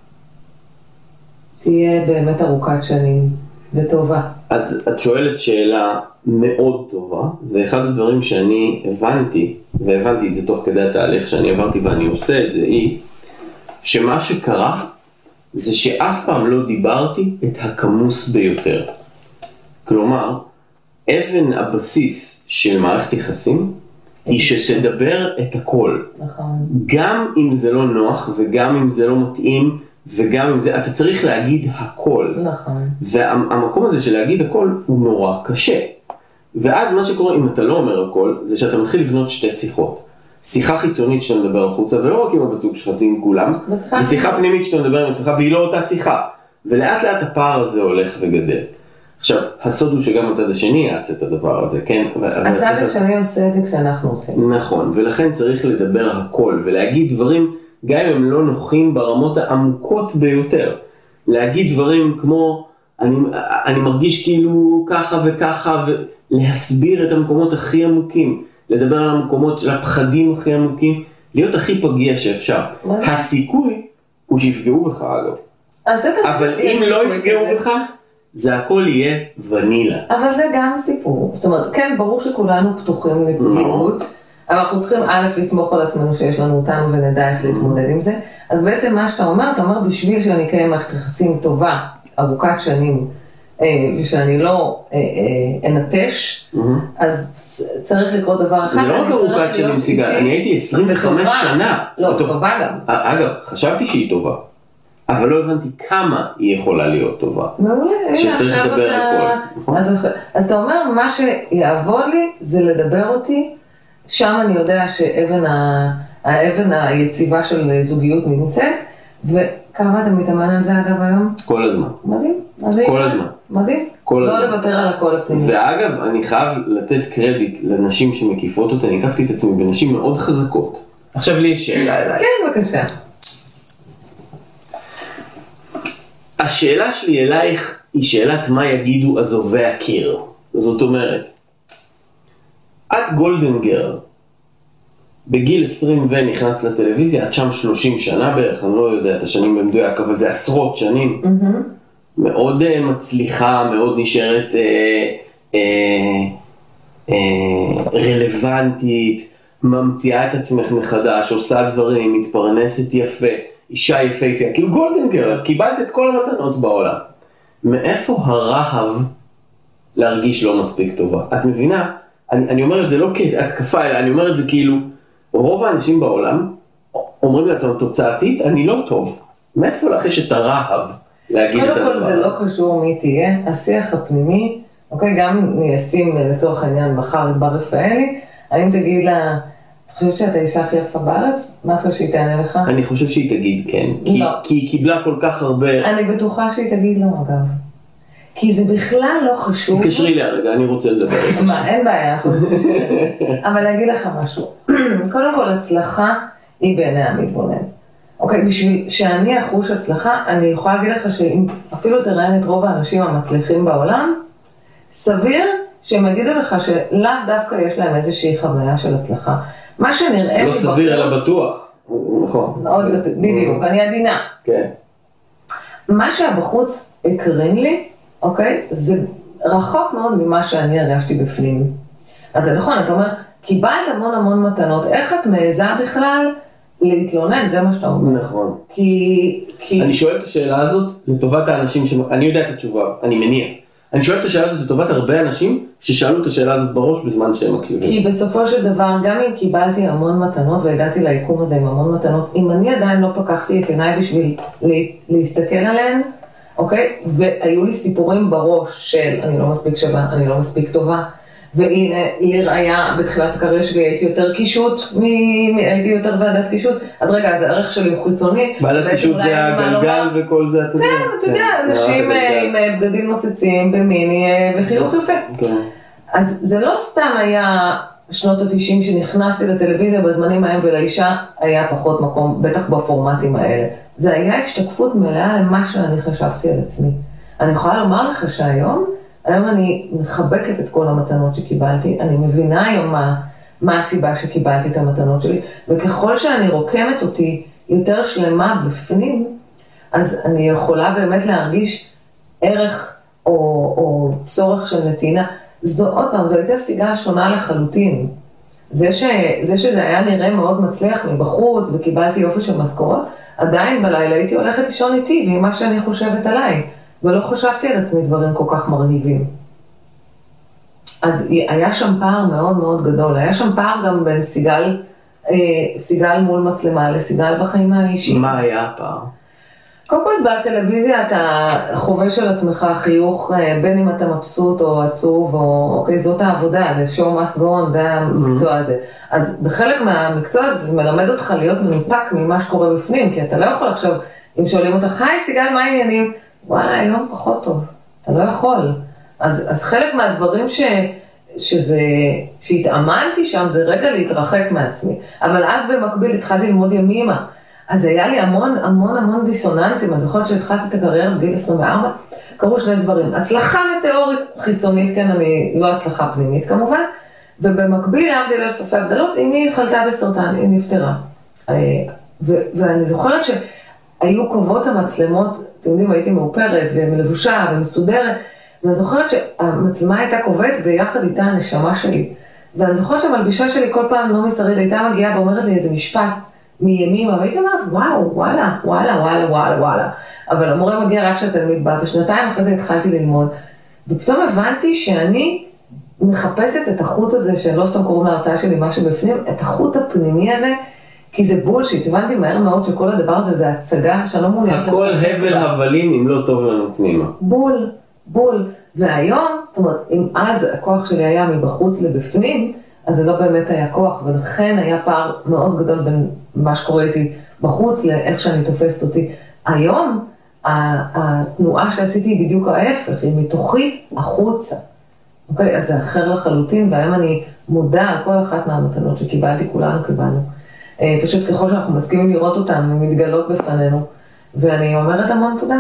תהיה באמת ארוכת שנים וטובה? אז את שואלת שאלה מאוד טובה, ואחד הדברים שאני הבנתי, והבנתי את זה תוך כדי התהליך שאני עברתי ואני עושה את זה, היא שמה שקרה זה שאף פעם לא דיברתי את הכמוס ביותר. כלומר, אבן הבסיס של מערכת יחסים היא שתדבר את הכל. נכון. גם אם זה לא נוח וגם אם זה לא מתאים וגם אם זה, אתה צריך להגיד הכל. נכון. והמקום הזה של להגיד הכל הוא נורא קשה. ואז מה שקורה אם אתה לא אומר הכל זה שאתה מתחיל לבנות שתי שיחות. שיחה חיצונית שאתה מדבר החוצה, ולא רק עם הבת זוג שלך, זה עם כולם, ושיחה פנימית שאתה מדבר עם עצמך, והיא לא אותה שיחה. ולאט לאט הפער הזה הולך וגדל. עכשיו, הסוד הוא שגם הצד השני יעשה את הדבר הזה, כן? הצד השני עושה את זה כשאנחנו עושים. נכון, ולכן צריך לדבר הכל, ולהגיד דברים, גם אם הם לא נוחים ברמות העמוקות ביותר. להגיד דברים כמו, אני, אני מרגיש כאילו ככה וככה, ולהסביר את המקומות הכי עמוקים, לדבר על המקומות של הפחדים הכי עמוקים, להיות הכי פגיע שאפשר. הסיכוי הוא שיפגעו בך, אגב. אבל אם לא יפגעו בך, זה הכל יהיה ונילה. אבל זה גם סיפור. זאת אומרת, כן, ברור שכולנו פתוחים לפגיעות, אבל אנחנו צריכים א' לסמוך על עצמנו שיש לנו אותנו ונדע איך להתמודד עם זה. אז בעצם מה שאתה אומר, אתה אומר בשביל שאני אקיים מערכת יחסים טובה, ארוכת שנים, ושאני לא אנטש, אז צריך לקרוא דבר אחד. זה לא רק ארוכת שנים, סיגל, אני הייתי עשרים וחמש שנה. לא, טובה גם. אגב, חשבתי שהיא טובה. אבל לא הבנתי כמה היא יכולה להיות טובה. מעולה, שצריך לדבר על כל. אז, אז אתה אומר, מה שיעבוד לי זה לדבר אותי, שם אני יודע שאבן ה, האבן היציבה של זוגיות נמצאת, וכמה אתה מתאמן על זה אגב היום? כל הזמן. מדהים. כל הזמן. מדהים. כל לא הזמן. לוותר על הכל הפנימי. ואגב, אני חייב לתת קרדיט לנשים שמקיפות אותי, אני הקפתי את עצמי בנשים מאוד חזקות. עכשיו לי יש שאלה אליי. כן, בבקשה. השאלה שלי אלייך היא שאלת מה יגידו עזובי הקיר. זאת אומרת, את גולדן גרל, בגיל עשרים ונכנס לטלוויזיה, את שם שלושים שנה בערך, אני לא יודע את השנים במדויק, אבל זה עשרות שנים. Mm-hmm. מאוד uh, מצליחה, מאוד נשארת uh, uh, uh, רלוונטית, ממציאה את עצמך מחדש, עושה דברים, מתפרנסת יפה. אישה יפהפייה, כאילו גולדן גרל, קיבלת את כל המתנות בעולם. מאיפה הרהב להרגיש לא מספיק טובה? את מבינה? אני, אני אומר את זה לא כהתקפה, אלא אני אומר את זה כאילו, רוב האנשים בעולם אומרים לעצמם תוצאתית, אני לא טוב. מאיפה לך יש את הרהב להגיד את הדבר? קודם כל זה לא קשור מי תהיה, השיח הפנימי, אוקיי, גם ניישים לצורך העניין מחר את בר רפאלי, האם תגיד לה, אתה חושבת שאתה אישה הכי יפה בארץ? מה אתה שהיא תענה לך? אני חושב שהיא תגיד כן, כי, לא. כי היא קיבלה כל כך הרבה... אני בטוחה שהיא תגיד לא אגב. כי זה בכלל לא חשוב. תקשרי לי הרגע, אני רוצה לדבר. מה, אין בעיה, אנחנו נתקשר. אבל להגיד לך משהו. קודם כל, הצלחה היא בעיני המתבונן. אוקיי, בשביל שאני אחוש הצלחה, אני יכולה להגיד לך שאם אפילו תראיין את רוב האנשים המצליחים בעולם, סביר שהם יגידו לך שלאו דווקא יש להם איזושהי חוויה של הצלחה. מה שנראה לא סביר אלא בטוח. נכון. מאוד, בדיוק, אני עדינה. כן. מה שהבחוץ הקרין לי, אוקיי, זה רחוק מאוד ממה שאני הרגשתי בפנים. אז זה נכון, אתה אומר, קיבלת המון המון מתנות, איך את מעיזה בכלל להתלונן, זה מה שאתה אומר. נכון. כי... כי... אני שואל את השאלה הזאת לטובת האנשים, ש... אני יודע את התשובה, אני מניח. אני שואל את השאלה הזאת לטובת הרבה אנשים ששאלו את השאלה הזאת בראש בזמן שהם מקשיבים. כי בסופו של דבר, גם אם קיבלתי המון מתנות והגעתי ליקום הזה עם המון מתנות, אם אני עדיין לא פקחתי את עיניי בשביל להסתכל עליהן, אוקיי? והיו לי סיפורים בראש של אני לא מספיק שווה, אני לא מספיק טובה, והנה, לראיה, בתחילת הקריירה שלי הייתי יותר קישוט, מ... הייתי יותר ועדת קישוט, אז רגע, אז הערך שלי הוא חיצוני. ועדת קישוט זה הגלגל וכל זה, אתה יודע. כן, אתה יודע, אנשים עם בגדים מוצצים במיני וחיוך יפה. אז זה לא סתם היה שנות ה-תשעים שנכנסתי לטלוויזיה בזמנים ההם ולאישה היה פחות מקום, בטח בפורמטים האלה. זה היה השתקפות מלאה למה שאני חשבתי על עצמי. אני יכולה לומר לך שהיום, היום אני מחבקת את כל המתנות שקיבלתי, אני מבינה היום מה, מה הסיבה שקיבלתי את המתנות שלי, וככל שאני רוקמת אותי יותר שלמה בפנים, אז אני יכולה באמת להרגיש ערך או, או צורך של נתינה. זו עוד פעם, זו הייתה סיגה שונה לחלוטין. זה, ש, זה שזה היה נראה מאוד מצליח מבחוץ וקיבלתי יופי של משכורות, עדיין בלילה הייתי הולכת לישון איתי ועם מה שאני חושבת עליי. ולא חשבתי על עצמי דברים כל כך מרהיבים. אז היה שם פער מאוד מאוד גדול, היה שם פער גם בין סיגל, אה, סיגל מול מצלמה לסיגל בחיים האישיים. מה היה הפער? קודם כל בטלוויזיה אתה חובש על עצמך חיוך, בין אם אתה מבסוט או עצוב, או אוקיי, זאת העבודה, זה show must go on, זה המקצוע הזה. אז בחלק מהמקצוע הזה זה מלמד אותך להיות מנותק ממה שקורה בפנים, כי אתה לא יכול עכשיו, אם שואלים אותך, היי סיגל, מה העניינים? וואלה, היום פחות טוב, אתה לא יכול. אז, אז חלק מהדברים ש, שזה, שהתאמנתי שם זה רגע להתרחק מעצמי. אבל אז במקביל התחלתי ללמוד ימימה. אז היה לי המון המון המון דיסוננסים. אני זוכרת שהתחלתי את הקריירה בגיל עשרים וארבע, קרו שני דברים. הצלחה מטאורית חיצונית, כן, אני לא הצלחה פנימית כמובן, ובמקביל להבדיל אלפי הבדלות, אמי חלתה בסרטן, היא נפטרה. ו- ואני זוכרת שהיו קוות המצלמות, אתם יודעים, הייתי מאופרת ומלבושה ומסודרת, ואני זוכרת שהמצלמה הייתה קובעת ויחד איתה הנשמה שלי. ואני זוכרת שהמלבישה שלי כל פעם לא מסריד, הייתה מגיעה ואומרת לי איזה משפט מימימה, והייתי אומרת, וואו, וואלה, וואלה, וואלה, וואלה, וואלה. אבל המורה מגיע רק כשהתלמיד בא, ושנתיים אחרי זה התחלתי ללמוד, ופתאום הבנתי שאני מחפשת את החוט הזה, שלא סתם קוראים להרצאה שלי משהו בפנים, את החוט הפנימי הזה, כי זה בולשיט, הבנתי מהר מאוד שכל הדבר הזה זה הצגה, שאני לא מעוניינת לשחק. הכל הבל הבלים אם לא טוב לנו פנימה. בול, בול. והיום, זאת אומרת, אם אז הכוח שלי היה מבחוץ לבפנים, אז זה לא באמת היה כוח, ולכן היה פער מאוד גדול בין מה שקורה איתי בחוץ לאיך שאני תופסת אותי. היום, התנועה שעשיתי היא בדיוק ההפך, היא מתוכי החוצה. אוקיי, אז זה אחר לחלוטין, והיום אני מודה על כל אחת מהמתנות שקיבלתי, כולנו קיבלנו. פשוט ככל שאנחנו מסכימים לראות אותן, הן מתגלות בפנינו. ואני אומרת המון תודה,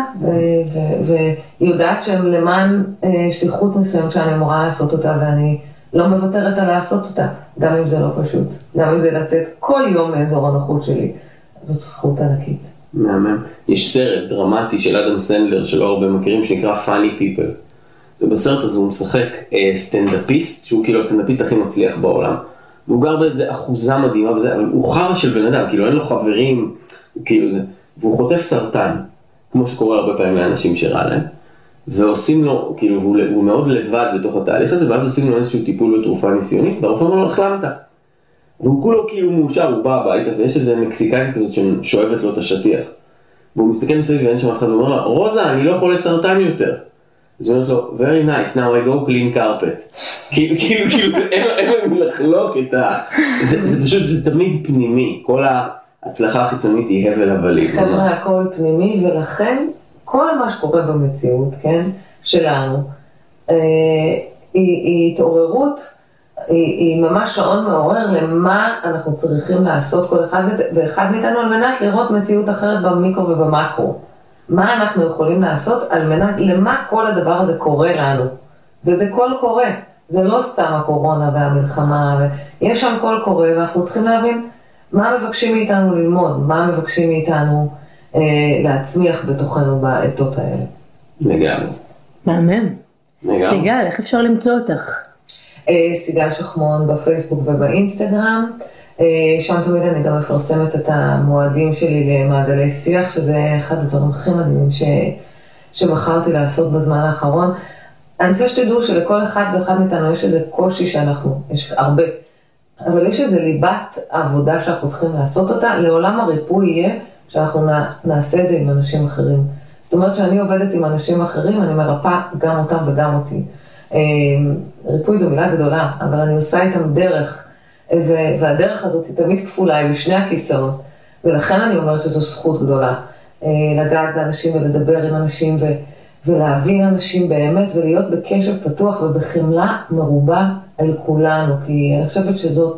ויודעת שהן למען שליחות מסוים שאני אמורה לעשות אותה, ואני לא מוותרת על לעשות אותה, גם אם זה לא פשוט, גם אם זה לצאת כל יום מאזור הנוחות שלי. זאת זכות ענקית. מהמם. יש סרט דרמטי של אדם סנדלר, שלא הרבה מכירים, שנקרא Funny People. ובסרט הזה הוא משחק סטנדאפיסט, שהוא כאילו הסטנדאפיסט הכי מצליח בעולם. והוא גר באיזה אחוזה מדהימה בזה, אבל הוא חרא של בן אדם, כאילו אין לו חברים, כאילו זה. והוא חוטף סרטן, כמו שקורה הרבה פעמים לאנשים שרע להם. ועושים לו, כאילו, הוא, הוא מאוד לבד בתוך התהליך הזה, ואז עושים לו איזשהו טיפול בתרופה ניסיונית, והרופא אומר לו, החלמת. והוא כולו כאילו מאושר, הוא בא הביתה, ויש איזה מקסיקאית כזאת ששואבת לו את השטיח. והוא מסתכל מסביב ואין שם אף אחד, ואומר לה, רוזה, אני לא יכול לסרטן יותר. אז הוא אומר לו, very nice, now I go clean carpet. כאילו, כאילו, כאילו, אין לנו לחלוק את ה... זה, זה פשוט, זה תמיד פנימי, כל ההצלחה החיצונית היא הבל הבלים. חבר'ה, הכל פנימי, ולכן כל מה שקורה במציאות, כן, שלנו, אה, היא, היא התעוררות, היא, היא ממש שעון מעורר למה אנחנו צריכים לעשות כל אחד ואחד מאיתנו על מנת לראות מציאות אחרת במיקרו ובמקרו. מה אנחנו יכולים לעשות על מנת, למה כל הדבר הזה קורה לנו. וזה כל קורה, זה לא סתם הקורונה והמלחמה, יש שם כל קורה, ואנחנו צריכים להבין מה מבקשים מאיתנו ללמוד, מה מבקשים מאיתנו אה, להצמיח בתוכנו בעתות האלה. לגמרי. מהמם. סיגל, איך אפשר למצוא אותך? אה, סיגל שחמון בפייסבוק ובאינסטגרם, אה, שם תמיד אני גם מפרסמת את המועדים שלי למעגלי שיח, שזה אחד הדברים הכי מדהימים ש... שבחרתי לעשות בזמן האחרון. אני רוצה שתדעו שלכל אחד ואחד מאיתנו יש איזה קושי שאנחנו, יש הרבה, אבל יש איזה ליבת העבודה שאנחנו צריכים לעשות אותה, לעולם הריפוי יהיה שאנחנו נעשה את זה עם אנשים אחרים. זאת אומרת שאני עובדת עם אנשים אחרים, אני מרפאה גם אותם וגם אותי. ריפוי זו מילה גדולה, אבל אני עושה איתם דרך, והדרך הזאת היא תמיד כפולה, היא בשני הכיסאות, ולכן אני אומרת שזו זכות גדולה, לגעת באנשים ולדבר עם אנשים ו... ולהבין אנשים באמת ולהיות בקשב פתוח ובחמלה מרובה על כולנו, כי אני חושבת שזאת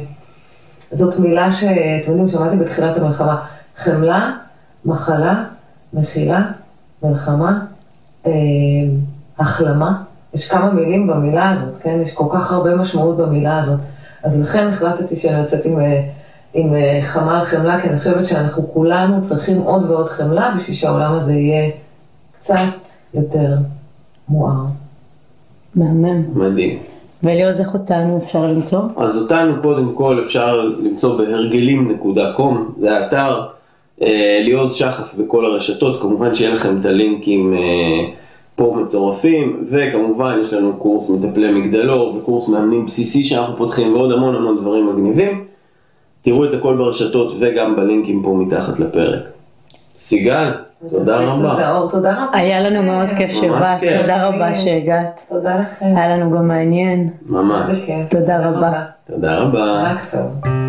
זאת מילה שאתם יודעים, שמעתי בתחילת המלחמה, חמלה, מחלה, מחילה, מלחמה, אה, החלמה, יש כמה מילים במילה הזאת, כן? יש כל כך הרבה משמעות במילה הזאת, אז לכן החלטתי שאני יוצאת עם, עם חמה על חמלה, כי אני חושבת שאנחנו כולנו צריכים עוד ועוד חמלה, בשביל שהעולם הזה יהיה קצת יותר מואר. מהמם. מדהים. ואליעוז, איך אותנו אפשר למצוא? אז אותנו קודם כל אפשר למצוא בהרגלים נקודה קום, זה האתר, אליעוז שחף בכל הרשתות, כמובן שיהיה לכם את הלינקים פה מצורפים, וכמובן יש לנו קורס מטפלי מגדלור וקורס מאמנים בסיסי שאנחנו פותחים ועוד המון המון דברים מגניבים. תראו את הכל ברשתות וגם בלינקים פה מתחת לפרק. סיגל, תודה רבה. תודה רבה. היה לנו מאוד כיף שבאת, תודה רבה שהגעת. תודה לכם. היה לנו גם מעניין. ממש. איזה כיף. תודה רבה. תודה רבה. רק טוב.